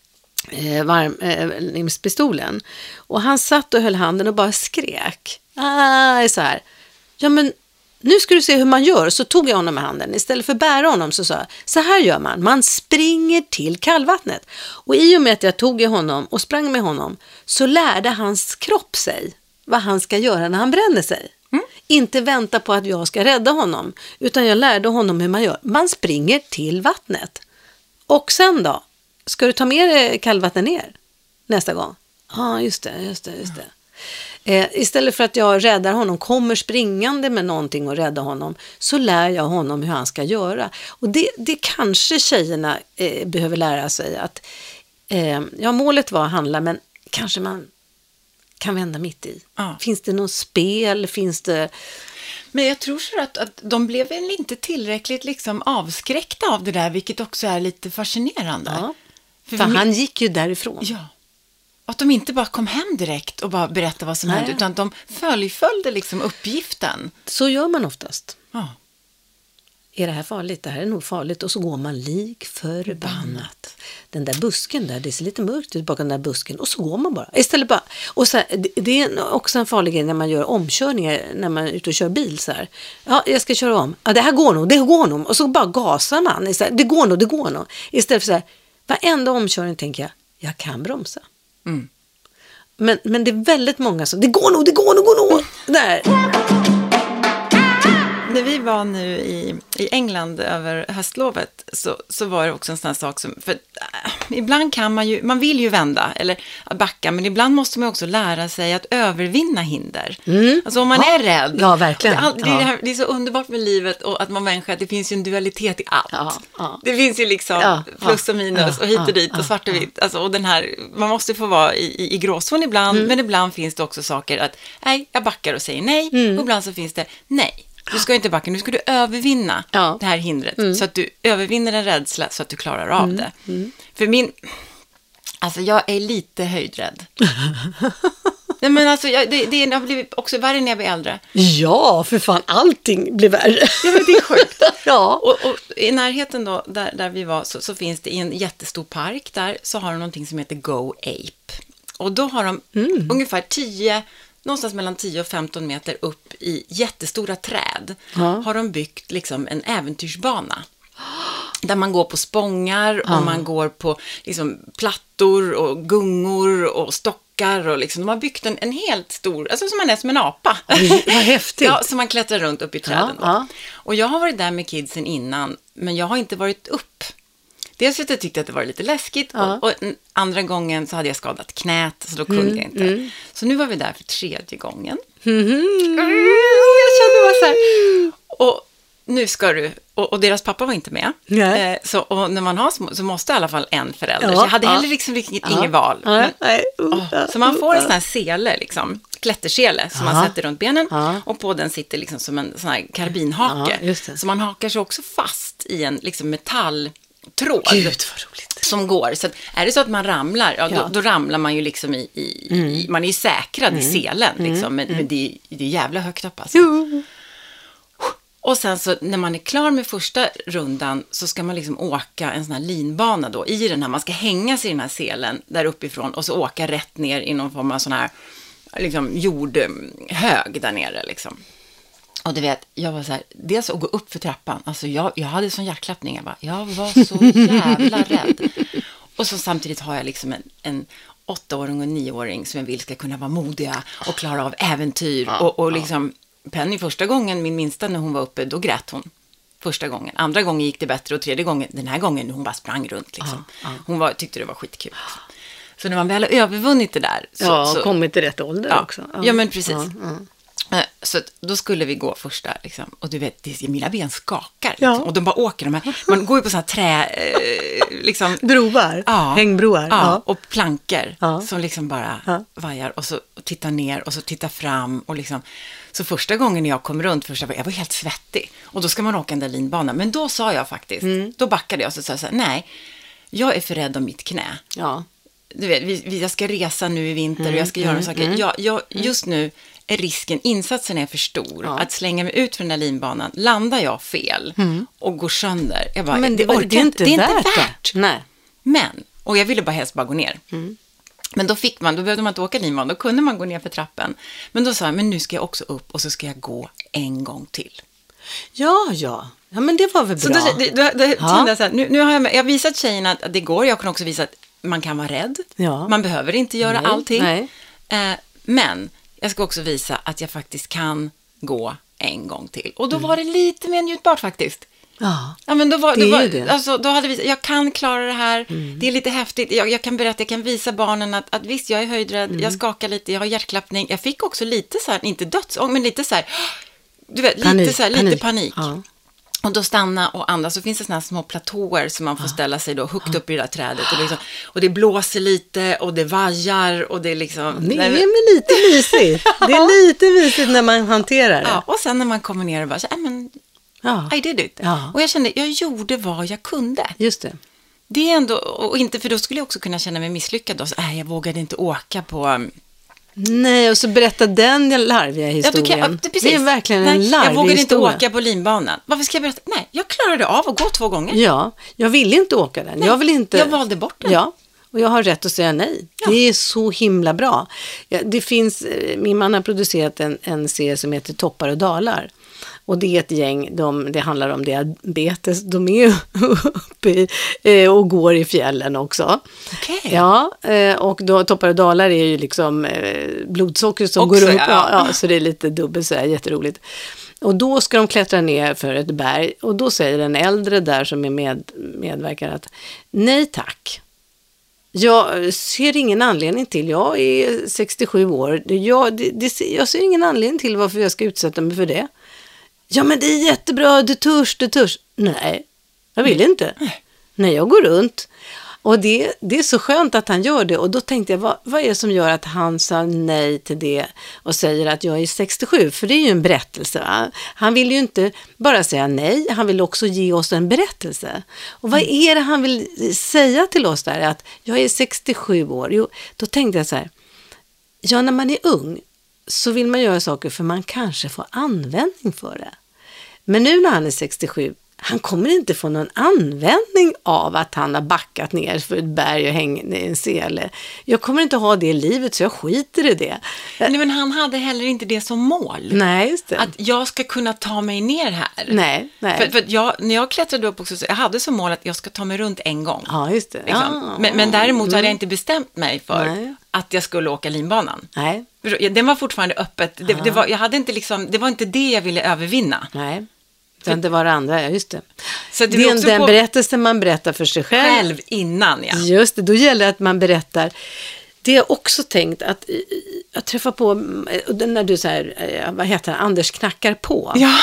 varmpistolen. Och han satt och höll handen och bara skrek. Så här. Ja, men nu ska du se hur man gör. Så tog jag honom med handen. Istället för att bära honom så sa jag, så här gör man. Man springer till kallvattnet. Och i och med att jag tog i honom och sprang med honom, så lärde hans kropp sig vad han ska göra när han bränner sig. Inte vänta på att jag ska rädda honom. Utan jag lärde honom hur man gör. Man springer till vattnet. Och sen då? Ska du ta med dig kallvatten ner nästa gång? Ja, just det. Istället för att jag räddar honom, kommer springande med någonting och räddar honom, så lär jag honom hur han ska göra. Och det kanske tjejerna behöver lära sig att målet var att handla, men kanske man kan vända mitt i. Ja. Finns det något spel? Finns det... Men jag tror så att de blev väl inte tillräckligt liksom avskräckta av det där, vilket också är lite fascinerande. Ja. För han gick ju därifrån. Ja. Att de inte bara kom hem direkt och bara berättade vad som hände, utan de följde liksom uppgiften. Så gör man oftast. Ja. Är det här farligt? Det här är nog farligt. Och så går man lik förbannat. Den där busken där, det ser lite mörkt ut bakom den där busken. Och så går man bara. Istället bara. Och så här, det är också en farlig grej när man gör omkörningar, när man är ute och kör bil så här. Ja, jag ska köra om. Ja, det här går nog. Och så bara gasar man. Istället, det går nog. Istället för så här, varenda omkörning tänker jag kan bromsa. Men det är väldigt många som, det går nog. Där. När vi var nu i England över höstlovet, så var det också en sån här sak som, för ibland kan man vill ju vända eller backa, men ibland måste man också lära sig att övervinna hinder. Alltså om man är rädd. Ja, verkligen. Det är så underbart med livet och att man människor, att det finns ju en dualitet i allt. Det finns ju liksom plus och minus och hit och dit och svart och vitt. Alltså, och den här, man måste få vara i gråzon ibland, men ibland finns det också saker att, nej, jag backar och säger nej, och ibland så finns det, nej. Du ska inte backa, nu ska du övervinna det här hindret. Så att du övervinner en rädsla så att du klarar av det. För jag är lite höjdrädd. Nej, men alltså, det har blivit också värre när jag blir äldre. Ja, för fan, allting blir värre. Ja, men det är sjukt. Ja. Och i närheten då, där vi var, så finns det i en jättestor park där, så har de någonting som heter Go Ape. Och då har de ungefär någonstans mellan 10 och 15 meter upp i jättestora träd har de byggt liksom en äventyrsbana. Där man går på spångar och man går på liksom plattor och gungor och stockar och liksom, de har byggt en helt stor, alltså som man är som en apa. Vad häftigt. Ja, så man klättrar runt upp i träden då. Och jag har varit där med kidsen innan, men jag har inte varit upp. Dels för att jag tyckte att det var lite läskigt och andra gången så hade jag skadat knät, så då kunde jag inte. Så nu var vi där för 3:e gången. Jag kände bara så här. Och nu ska du, och deras pappa var inte med. Och när man har små, så måste i alla fall en förälder. Så jag hade heller liksom inget val. Så man får en sån här sele, liksom, klättersele som man sätter runt benen. Och på den sitter liksom som en sån här karbinhake. Så man hakar sig också fast i en liksom metalltråd. Gud, vad roligt. som går. Så att, är det så att man ramlar, då ramlar man ju liksom man är ju säkrad i selen liksom, men det är jävla högt upp alltså. Och sen så när man är klar med första rundan så ska man liksom åka en sån här linbana då i den här, man ska hänga sig i den här selen där uppifrån och så åka rätt ner i någon form av sån här liksom jordhög där nere liksom. Och du vet, jag var så här, dels att gå upp för trappan, alltså jag hade sån hjärtklappning, jag var så jävla rädd. Och så samtidigt har jag liksom en 8-åring och en 9-åring som jag vill ska kunna vara modiga och klara av äventyr. Och liksom, Penny första gången, min minsta, när hon var uppe, då grät hon. Första gången. Andra gången gick det bättre och tredje gången, den här gången, hon bara sprang runt liksom. Hon tyckte det var skitkul. Så när man väl har övervunnit det där. Så kommit till rätt ålder också. Ja, men precis. Så då skulle vi gå första liksom, och du vet, mina ben skakar liksom, och de bara åker de här, man går ju på såna här liksom, broar, hängbroar och plankor som liksom bara vajar och så tittar ner och så tittar fram och liksom, så första gången jag kom runt jag var helt svettig och då ska man åka en där linbana, men då sa jag faktiskt, då backade jag och så sa jag så här, nej, jag är för rädd om mitt knä. Du vet, jag ska resa nu i vinter och jag ska göra saker. Just nu är risken, insatsen är för stor. Att slänga mig ut från den här linbanan, landar jag fel och går sönder. Jag bara, men det är inte värt. Nej. Men, och jag ville helst bara gå ner. Men då behövde man inte åka linbanan, då kunde man gå ner för trappen. Men då sa jag, men nu ska jag också upp och så ska jag gå en gång till. Ja, men det var väl bra. Så då kände jag så här, nu har jag visat tjejerna att det går. Jag kan också visa att man kan vara rädd. Man behöver inte göra allting. Nej. Men jag ska också visa att jag faktiskt kan gå en gång till. Och då var det lite mer njutbart faktiskt. Ja, men då hade vi, jag kan klara det här. Det är lite häftigt. Jag kan berätta, jag kan visa barnen att visst, jag är höjdrädd. Jag skakar lite, jag har hjärtklappning. Jag fick också lite så här, inte dödsångest, men lite så här, du vet, lite panik. Ja. Och då stanna och andas, så finns det såna här små platåer som man får ställa sig då högt upp i det där trädet. Och det blåser lite och det vajar och det är liksom... Det är lite mysigt. Det är lite mysigt när man hanterar det. Ja, och sen när man kommer ner och bara så, I did it. Ja. Och jag kände, jag gjorde vad jag kunde. Just det. Det är ändå, och inte, för då skulle jag också kunna känna mig misslyckad då. Så, jag vågade inte åka på... Nej, och så berätta den larviga historien. Det är verkligen en larvig historia. Jag vågade inte åka på linbanan. Varför ska jag berätta? Nej, jag klarade av att gå 2 gånger. Ja, jag ville inte åka den. Nej, jag valde bort den. Ja, och jag har rätt att säga nej. Ja. Det är så himla bra. Det finns, min man har producerat en serie som heter Toppar och dalar. Och det är ett gäng, det handlar om diabetes, de är uppe och går i fjällen också. Okay. Ja, och då toppar och dalar är ju liksom blodsocker som också, går upp. Ja, så det är lite dubbelt så här, jätteroligt. Och då ska de klättra ner för ett berg och då säger den äldre där som är medverkare att nej tack. Jag ser ingen anledning till, jag är 67 år, jag ser ingen anledning till varför jag ska utsätta mig för det. Ja, men det är jättebra, du törs. Nej, jag vill inte. Nej, jag går runt. Och det är så skönt att han gör det. Och då tänkte jag, vad är det som gör att han sa nej till det och säger att jag är 67? För det är ju en berättelse, va? Han vill ju inte bara säga nej, han vill också ge oss en berättelse. Och vad är det han vill säga till oss där? Att jag är 67 år. Jo, då tänkte jag så här, ja, när man är ung så vill man göra saker för man kanske får användning för det. Men nu när han är 67, han kommer inte få någon användning av att han har backat ner för ett berg och hängt i en sele. Jag kommer inte ha det i livet så jag skiter i det. Nej, men han hade heller inte det som mål. Nej, just det. Att jag ska kunna ta mig ner här. Nej. För när jag klättrade upp också, så jag hade som mål att jag ska ta mig runt en gång. Ja, just det. Liksom. Men däremot hade jag inte bestämt mig för att jag skulle åka linbanan. Nej. Den var fortfarande öppet. Jag hade inte liksom, det var inte det jag ville övervinna. Nej. Utan det var det andra, ja, just det. Så det är den berättelsen man berättar för sig själv innan, ja. Just det, då gäller det att man berättar. Det är också tänkt att jag träffar på, när du så här, vad heter han, Anders knackar på. Ja.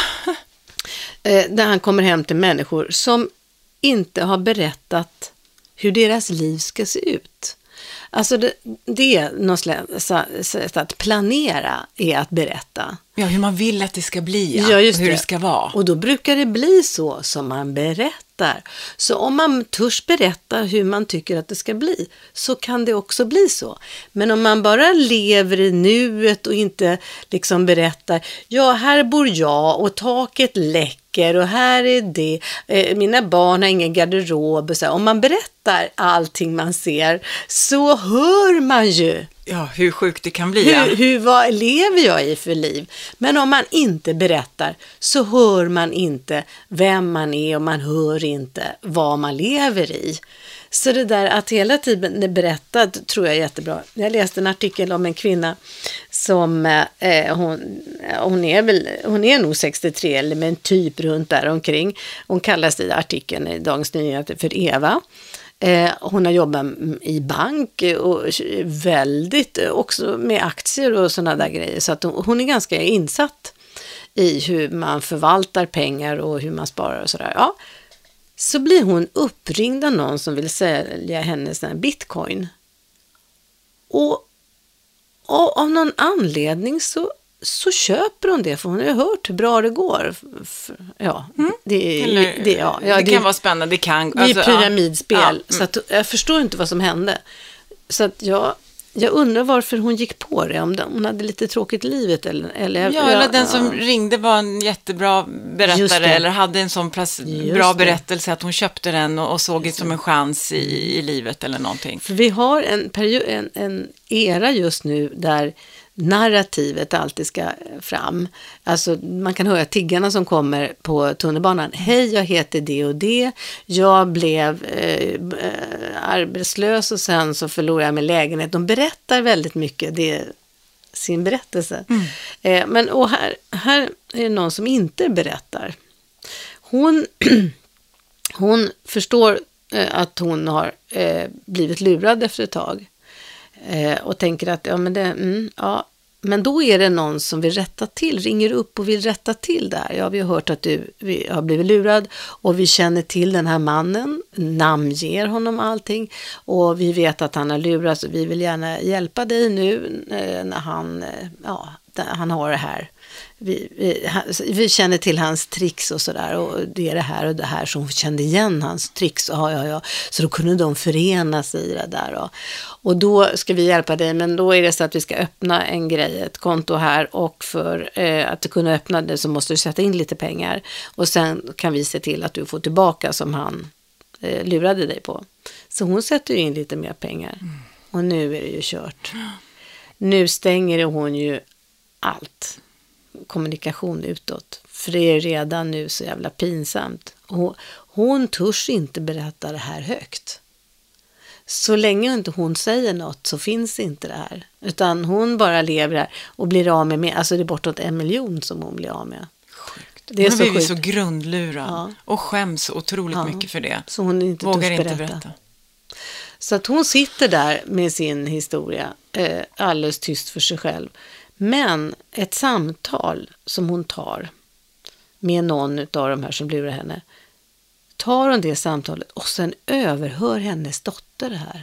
Där han kommer hem till människor som inte har berättat hur deras liv ska se ut. Alltså det är något sätt att planera är att berätta. Ja, hur man vill att det ska bli, och hur det ska vara. Och då brukar det bli så som man berättar. berättar. Så om man törs berätta hur man tycker att det ska bli, så kan det också bli så. Men om man bara lever i nuet och inte liksom berättar, ja, här bor jag och taket läcker och här är det, mina barn har ingen garderob. Så här. Om man berättar allting man ser, så hör man ju. Ja, hur sjukt det kan bli. Vad lever jag i för liv? Men om man inte berättar, så hör man inte vem man är och man hör inte vad man lever i. Så det där att hela tiden berätta tror jag är jättebra. Jag läste en artikel om en kvinna som hon är nog 63 eller men typ runt där omkring. Hon kallas i artikeln i Dagens Nyheter för Eva. Hon har jobbat i bank och väldigt också med aktier och sådana där grejer. Så att hon är ganska insatt i hur man förvaltar pengar och hur man sparar och sådär. Ja. Så blir hon uppringd av någon som vill sälja hennes bitcoin. Och av någon anledning så köper hon det, för hon har ju hört hur bra det går. Ja, det kan vara spännande. Det är pyramidspel. Så att, jag förstår inte vad som hände. Så att jag undrar varför hon gick på det. Om hon hade lite tråkigt i livet. Eller den som ringde var en jättebra berättare. Eller hade en sån bra berättelse att hon köpte den och såg det som en chans i livet eller någonting. För vi har en era just nu där narrativet alltid ska fram. Alltså man kan höra tiggarna som kommer på tunnelbanan. Hej, jag heter det och det. Jag blev arbetslös och sen så förlorade jag min lägenhet. De berättar väldigt mycket. Det är sin berättelse. Men här är det någon som inte berättar. Hon förstår att hon har blivit lurad efter ett tag. Och tänker att men då är det någon som vill rätta till, ringer upp och vill rätta till det här. Ja, vi har hört att vi har blivit lurad och vi känner till den här mannen, namnger honom allting och vi vet att han har lurats och vi vill gärna hjälpa dig nu när han har det här. Vi känner till hans tricks och sådär och det är det här och det här som kände igen hans tricks. Så då kunde de förenas i det där. Och då ska vi hjälpa dig, men då är det så att vi ska öppna en grej, ett konto här och för att kunna öppna det så måste du sätta in lite pengar och sen kan vi se till att du får tillbaka som han lurade dig på. Så hon sätter ju in lite mer pengar och nu är det ju kört. Nu stänger hon ju allt. Kommunikation utåt. För det är redan nu så jävla pinsamt. Och hon törs inte berätta det här högt. Så länge inte hon säger något så finns inte det här. Utan hon bara lever här och blir av med, alltså det är bortåt 1 miljon som hon blir av med. Sjukt. Det är hon så blir så grundlurad och skäms otroligt mycket för det. Så hon inte vågar inte berätta. Så att hon sitter där med sin historia alldeles tyst för sig själv. Men ett samtal som hon tar med någon av de här som lurar henne, tar hon det samtalet och sen överhör hennes dotter det här.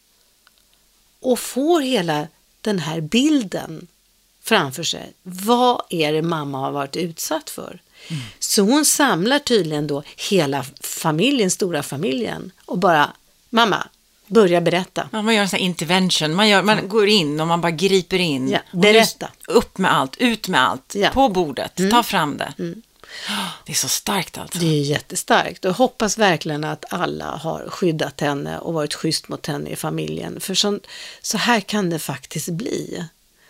Och får hela den här bilden framför sig. Vad är det mamma har varit utsatt för? Så hon samlar tydligen då hela familjen, stora familjen och bara, mamma, börja berätta. Ja, man gör en sån här intervention. Man går in och man bara griper in. Ja, berätta. Upp med allt, ut med allt. Ja. På bordet, ta fram det. Det är så starkt alltså. Det är jättestarkt. Och hoppas verkligen att alla har skyddat henne och varit schysst mot henne i familjen. För så här kan det faktiskt bli.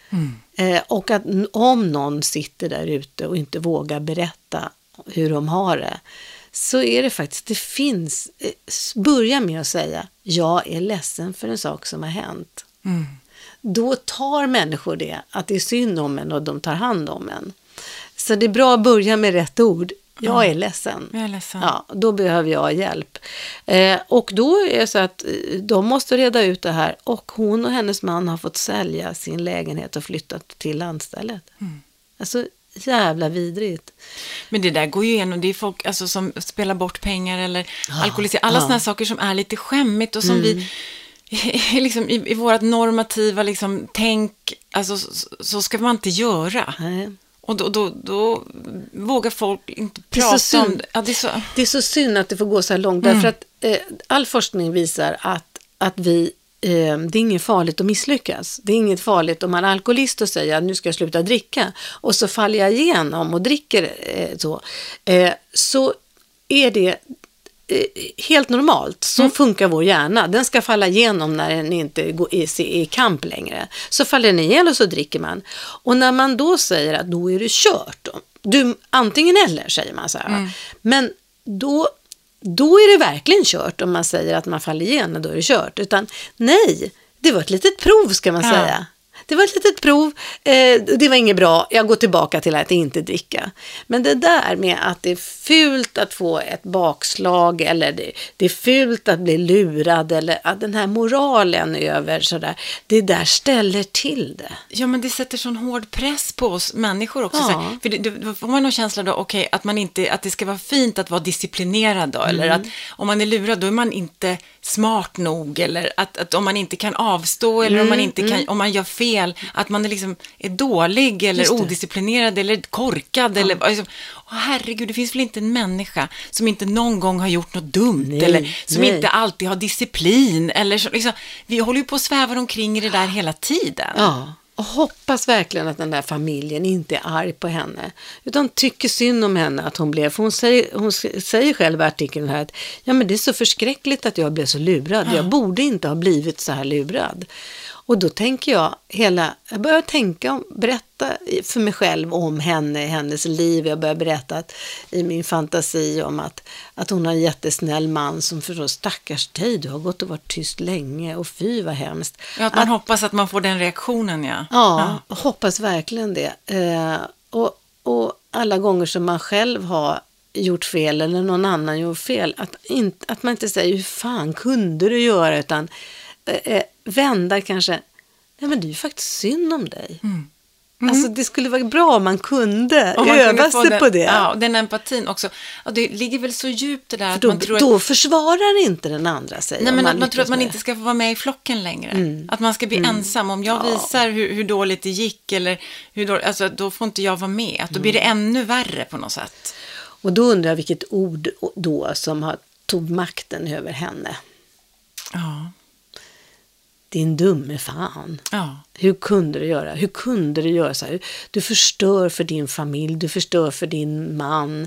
Och att om någon sitter där ute och inte vågar berätta hur de har det, så är det faktiskt, det finns, börja med att säga, jag är ledsen för en sak som har hänt. Då tar människor det, att det är synd om en och de tar hand om en. Så det är bra att börja med rätt ord. Jag är ledsen. Jag är ledsen. Ja, då behöver jag hjälp. Och då är det så att de måste reda ut det här. Och hon och hennes man har fått sälja sin lägenhet och flyttat till landstället. Alltså jävla vidrigt. Men det där går ju igenom, det är folk alltså, som spelar bort pengar eller alkoholiserar. Alla såna här saker som är lite skämmigt och som vi liksom, i vårt normativa liksom, tänk, alltså, så ska man inte göra. Nej. Och då vågar folk inte prata om det. Ja, det är så synd att det får gå så här långt. Därför att all forskning visar att vi det är inget farligt att misslyckas. Det är inget farligt om man är alkoholist och säger att nu ska jag sluta dricka och så faller jag igenom och dricker så är det helt normalt. Så funkar vår hjärna. Den ska falla igenom när den inte går i kamp längre. Så faller den igen och så dricker man. Och när man då säger att då är det kört. Du, antingen eller säger man så här. Men då är det verkligen kört om man säger att man faller igenom, då är det kört. Utan nej, det var ett litet prov ska man säga. Det var ett litet prov, det var inget bra, jag går tillbaka till att inte dricka. Men det där med att det är fult att få ett bakslag eller det är fult att bli lurad eller att den här moralen över sådär, det där ställer till det. Ja, men det sätter sån hård press på oss människor också. Ja. För då får man någon känsla då, okej, att det ska vara fint att vara disciplinerad då, eller att om man är lurad då är man inte smart nog, eller att om man inte kan avstå eller om man inte kan, om man gör fel, att man är dålig eller odisciplinerad eller korkad eller liksom, herregud, det finns väl inte en människa som inte någon gång har gjort något dumt eller som inte alltid har disciplin eller så, liksom, vi håller ju på att sväva omkring i det där hela tiden. Ja. Och hoppas verkligen att den där familjen inte är arg på henne. Utan tycker synd om henne att hon blev. För hon säger själv i artikeln här att ja, men det är så förskräckligt att jag blev så lurad. Jag borde inte ha blivit så här lurad. Och då tänker jag börjar berätta för mig själv om henne, hennes liv. Jag börjar berätta i min fantasi om att hon har en jättesnäll man som förstår, stackars dig, du har gått och varit tyst länge och fy vad hemskt. Ja, att man hoppas att man får den reaktionen, ja. Ja, hoppas verkligen det. Och alla gånger som man själv har gjort fel eller någon annan gjort fel, att man inte säger hur fan kunde du göra, utan vända kanske, nej men det är ju faktiskt synd om dig. Alltså det skulle vara bra om man kunde öva sig på det. Ja, den empatin också. Ja, det ligger väl så djupt det där att man tror då försvarar inte den andra sig. Nej, men att man tror att man inte ska få vara med i flocken längre. Att man ska bli ensam. Om jag visar hur dåligt det gick eller hur dåligt, alltså då får inte jag vara med. Att då blir det ännu värre på något sätt. Och då undrar jag vilket ord då som tog makten över henne. Ja. Din dumme fan. Ja. Hur kunde du göra? Hur kunde du göra så här? Du förstör för din familj, du förstör för din man.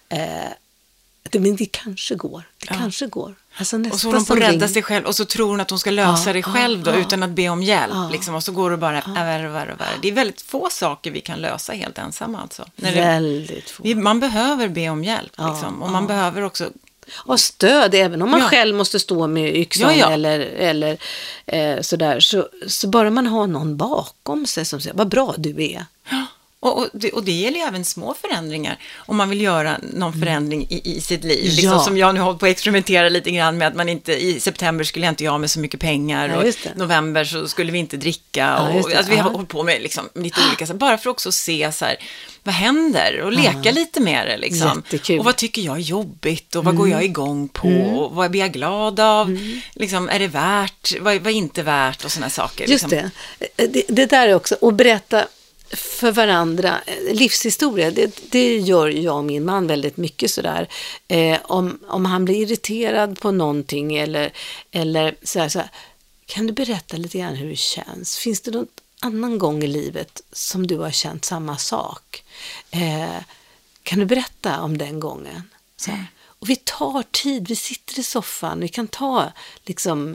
Men det kanske går. Det kanske går. Alltså och så håller hon på att rädda sig själv och så tror hon att hon ska lösa det själv då, utan att be om hjälp. Liksom, och så går det bara värre. Det är väldigt få saker vi kan lösa helt ensamma. Alltså. Väldigt få. Man behöver be om hjälp. Liksom, och man behöver också... Och stöd, även om man själv måste stå med yxan eller sådär. Så bara man har någon bakom sig som säger, vad bra du är. Och det gäller ju även små förändringar. Om man vill göra någon förändring i sitt liv. Liksom, som jag nu håller på att experimentera lite grann med. Att man inte, i september skulle jag inte göra med så mycket pengar. Och november så skulle vi inte dricka. Alltså, vi har hållit på med liksom, lite olika. Så, bara för också att se så här, vad händer? Och leka lite med det. Liksom. Och vad tycker jag är jobbigt? Och vad går jag igång på? Och vad blir jag glad av? Liksom, är det värt? Vad är inte värt? Och sådana saker. Just liksom. det där är också. Och berätta för varandra. Livshistoria, det gör jag och min man väldigt mycket sådär. Om han blir irriterad på någonting eller så här, kan du berätta lite grann hur det känns? Finns det någon annan gång i livet som du har känt samma sak? Kan du berätta om den gången? Så här. Och vi tar tid, vi sitter i soffan, vi kan ta liksom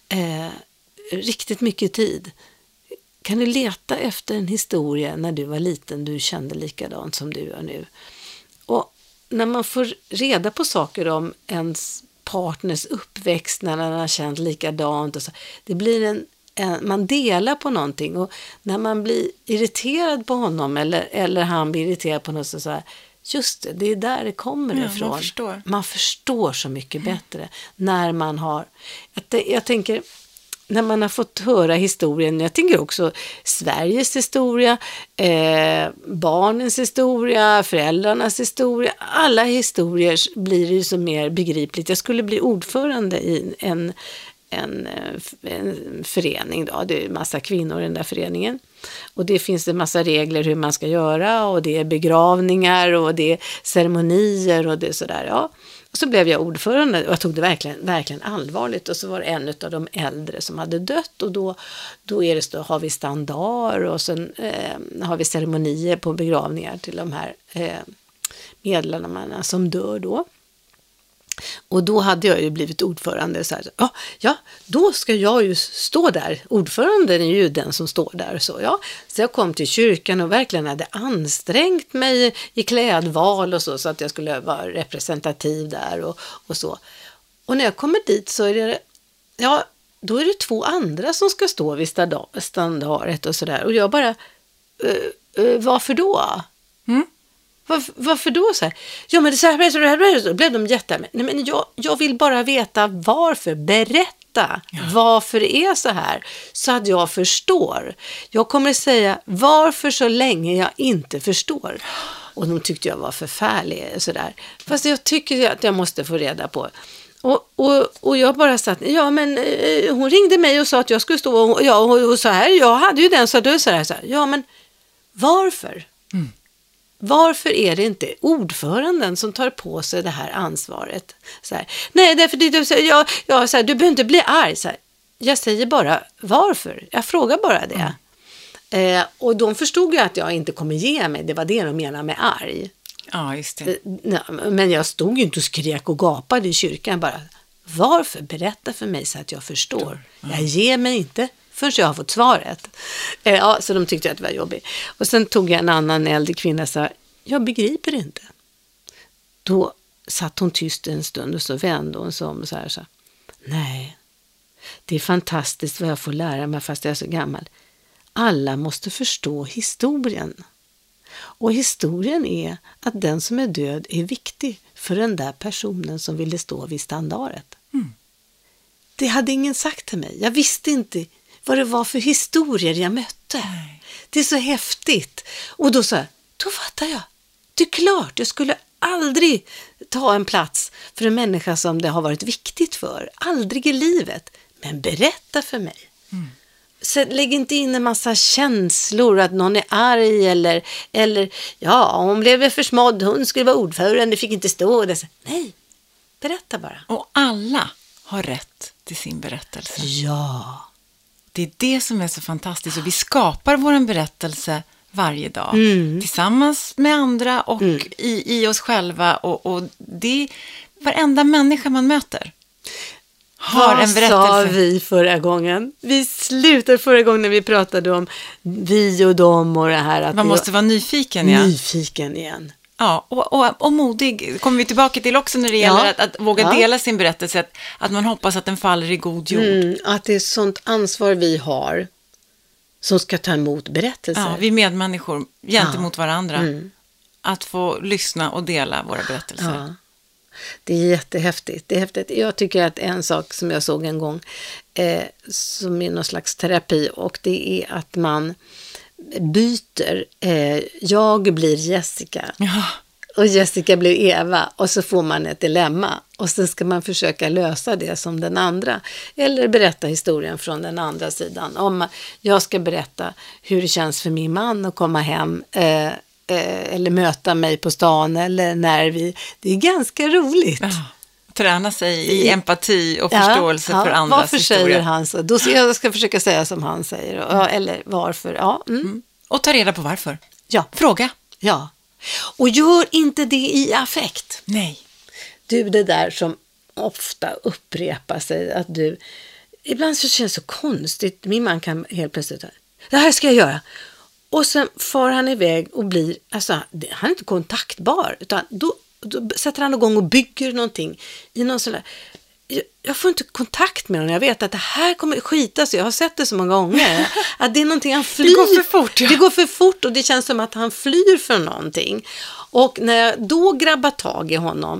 riktigt mycket tid. Kan du leta efter en historia när du var liten, du kände likadant som du gör nu? Och när man får reda på saker om ens partners uppväxt, när man har känt likadant, och så, det blir man delar på någonting, och när man blir irriterad på honom eller han blir irriterad på något, så här, just det är där det kommer ifrån. Man förstår så mycket bättre när man har, jag tänker, när man har fått höra historien, jag tänker också Sveriges historia, barnens historia, föräldrarnas historia, alla historier blir ju så mer begripligt. Jag skulle bli ordförande i en förening då. Det är massa kvinnor i den där föreningen. Och det finns en massa regler hur man ska göra, och det är begravningar och det är ceremonier och det är sådär, ja. Och så blev jag ordförande och jag tog det verkligen allvarligt, och så var det en av de äldre som hade dött, och då är det så, har vi standard och sen har vi ceremonier på begravningar till de här medlemmarna som dör då. Och då hade jag ju blivit ordförande så här, ja, då ska jag ju stå där. Ordföranden är ju den som står där. Så jag kom till kyrkan och verkligen hade ansträngt mig i klädval och så att jag skulle vara representativ där och så. Och när jag kommer dit så är det, då är det 2 andra som ska stå vid standardet och sådär. Och jag bara, varför då? Varför då så här? Ja, men det så här blev de jättearga. Nej, men jag vill bara veta varför. Berätta varför det är så här, så att jag förstår. Jag kommer att säga varför så länge jag inte förstår. Och de tyckte jag var förfärlig sådär. Fast jag tycker att jag måste få reda på. Och jag bara satt, hon ringde mig och sa att jag skulle stå och så här, jag hade ju den, så du så här, ja, men varför? Varför är det inte ordföranden som tar på sig det här ansvaret? Så här, nej, därför du behöver inte bli arg. Så här, jag säger bara varför. Jag frågar bara det. Och de förstod ju att jag inte kommer ge mig. Det var det de menade med arg. Ja, just det. Men jag stod ju inte och skrek och gapade i kyrkan. Bara, varför? Berätta för mig så att jag förstår. Jag ger mig inte förrän jag har fått svaret. Så de tyckte att det var jobbigt. Och sen tog jag en annan äldre kvinna och sa, jag begriper inte. Då satt hon tyst en stund och så vände hon sig om och så här, nej, det är fantastiskt vad jag får lära mig fast jag är så gammal. Alla måste förstå historien. Och historien är att den som är död är viktig för den där personen som ville stå vid standardet. Det hade ingen sagt till mig. Jag visste inte vad det var för historier jag mötte. Nej. Det är så häftigt. Och då fattar jag. Det är klart, jag skulle aldrig ta en plats för en människa som det har varit viktigt för. Aldrig i livet. Men berätta för mig. Så lägg inte in en massa känslor att någon är arg eller hon blev försmådd, hon skulle vara ordförande, fick inte stå där. Nej, berätta bara. Och alla har rätt till sin berättelse. Ja. Det är det som är så fantastiskt, och vi skapar vår berättelse varje dag tillsammans med andra och i oss själva, och det är varenda människa man möter har en berättelse. Vad sa vi förra gången? Vi slutade förra gången när vi pratade om vi och dem och det här. Att man måste vara nyfiken igen. Ja, och modig kommer vi tillbaka till också när det gäller att våga dela sin berättelse, att man hoppas att den faller i god jord. Att det är sånt ansvar vi har som ska ta emot berättelser. Ja, vi medmänniskor gentemot varandra. Att få lyssna och dela våra berättelser. Ja. Det är jättehäftigt. Det är häftigt. Jag tycker att en sak som jag såg en gång som är någon slags terapi, och det är att man byter. Jag blir Jessica. Ja. Och Jessica blir Eva, och så får man ett dilemma. Och sen ska man försöka lösa det som den andra. Eller berätta historien från den andra sidan. Om jag ska berätta hur det känns för min man att komma hem eller möta mig på stan, eller när det är ganska roligt. Ja. Träna sig i empati och förståelse för andras varför historia. Säger han så? Då jag ska försöka säga som han säger. Eller varför. Och ta reda på varför. Ja. Fråga. Ja. Och gör inte det i affekt. Nej. Du, det där som ofta upprepar sig, att du ibland så känns det så konstigt. Min man kan helt plötsligt, det här ska jag göra. Och sen far han iväg och blir, han är inte kontaktbar, utan då sätter han igång och bygger någonting i någon sån där. Jag får inte kontakt med honom. Jag vet att det här kommer skita sig. Jag har sett det så många gånger. Att det är någonting han flyr. Det går för fort. Ja. Det går för fort, och det känns som att han flyr från någonting. Och när jag då grabbar tag i honom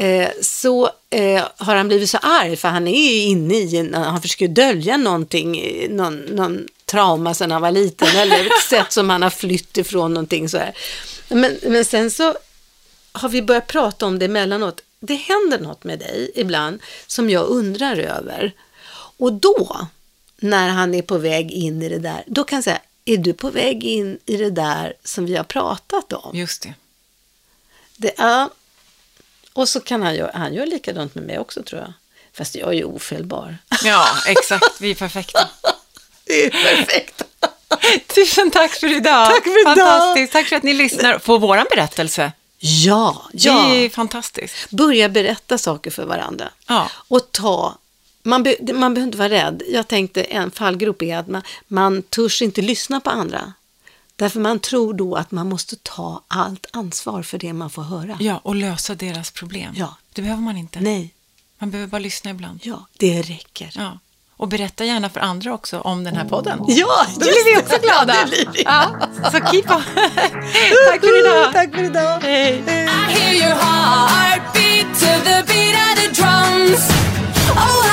så har han blivit så arg, för han är ju inne i han försöker dölja någonting, någon trauma sedan han var liten, eller ett sätt som han har flytt ifrån någonting så här. Men sen så har vi börjat prata om det emellanåt. Det händer något med dig ibland som jag undrar över. Och då, när han är på väg in i det där, då kan jag säga, är du på väg in i det där som vi har pratat om? Just det. Det är, och så kan han gör likadant med mig också, tror jag. Fast jag är ju ofelbar. Ja, exakt. Vi är perfekta. Det är perfekt. Tusen tack för idag. Tack för idag. Fantastiskt. Tack för att ni lyssnar på våran berättelse. Ja. Det är fantastiskt. Börja berätta saker för varandra. Ja. Och man behöver inte vara rädd. Jag tänkte en fallgrop är att man törs inte lyssna på andra. Därför man tror då att man måste ta allt ansvar för det man får höra. Ja, och lösa deras problem. Ja. Det behöver man inte. Nej. Man behöver bara lyssna ibland. Ja, det räcker. Ja. Och berätta gärna för andra också om den här podden. Ja, då blir vi också glada. Det blir vi. Ja, så keep on. Tack för idag. Tack för idag. Hej. I hear your heart beat to the beat of the drums. Oh,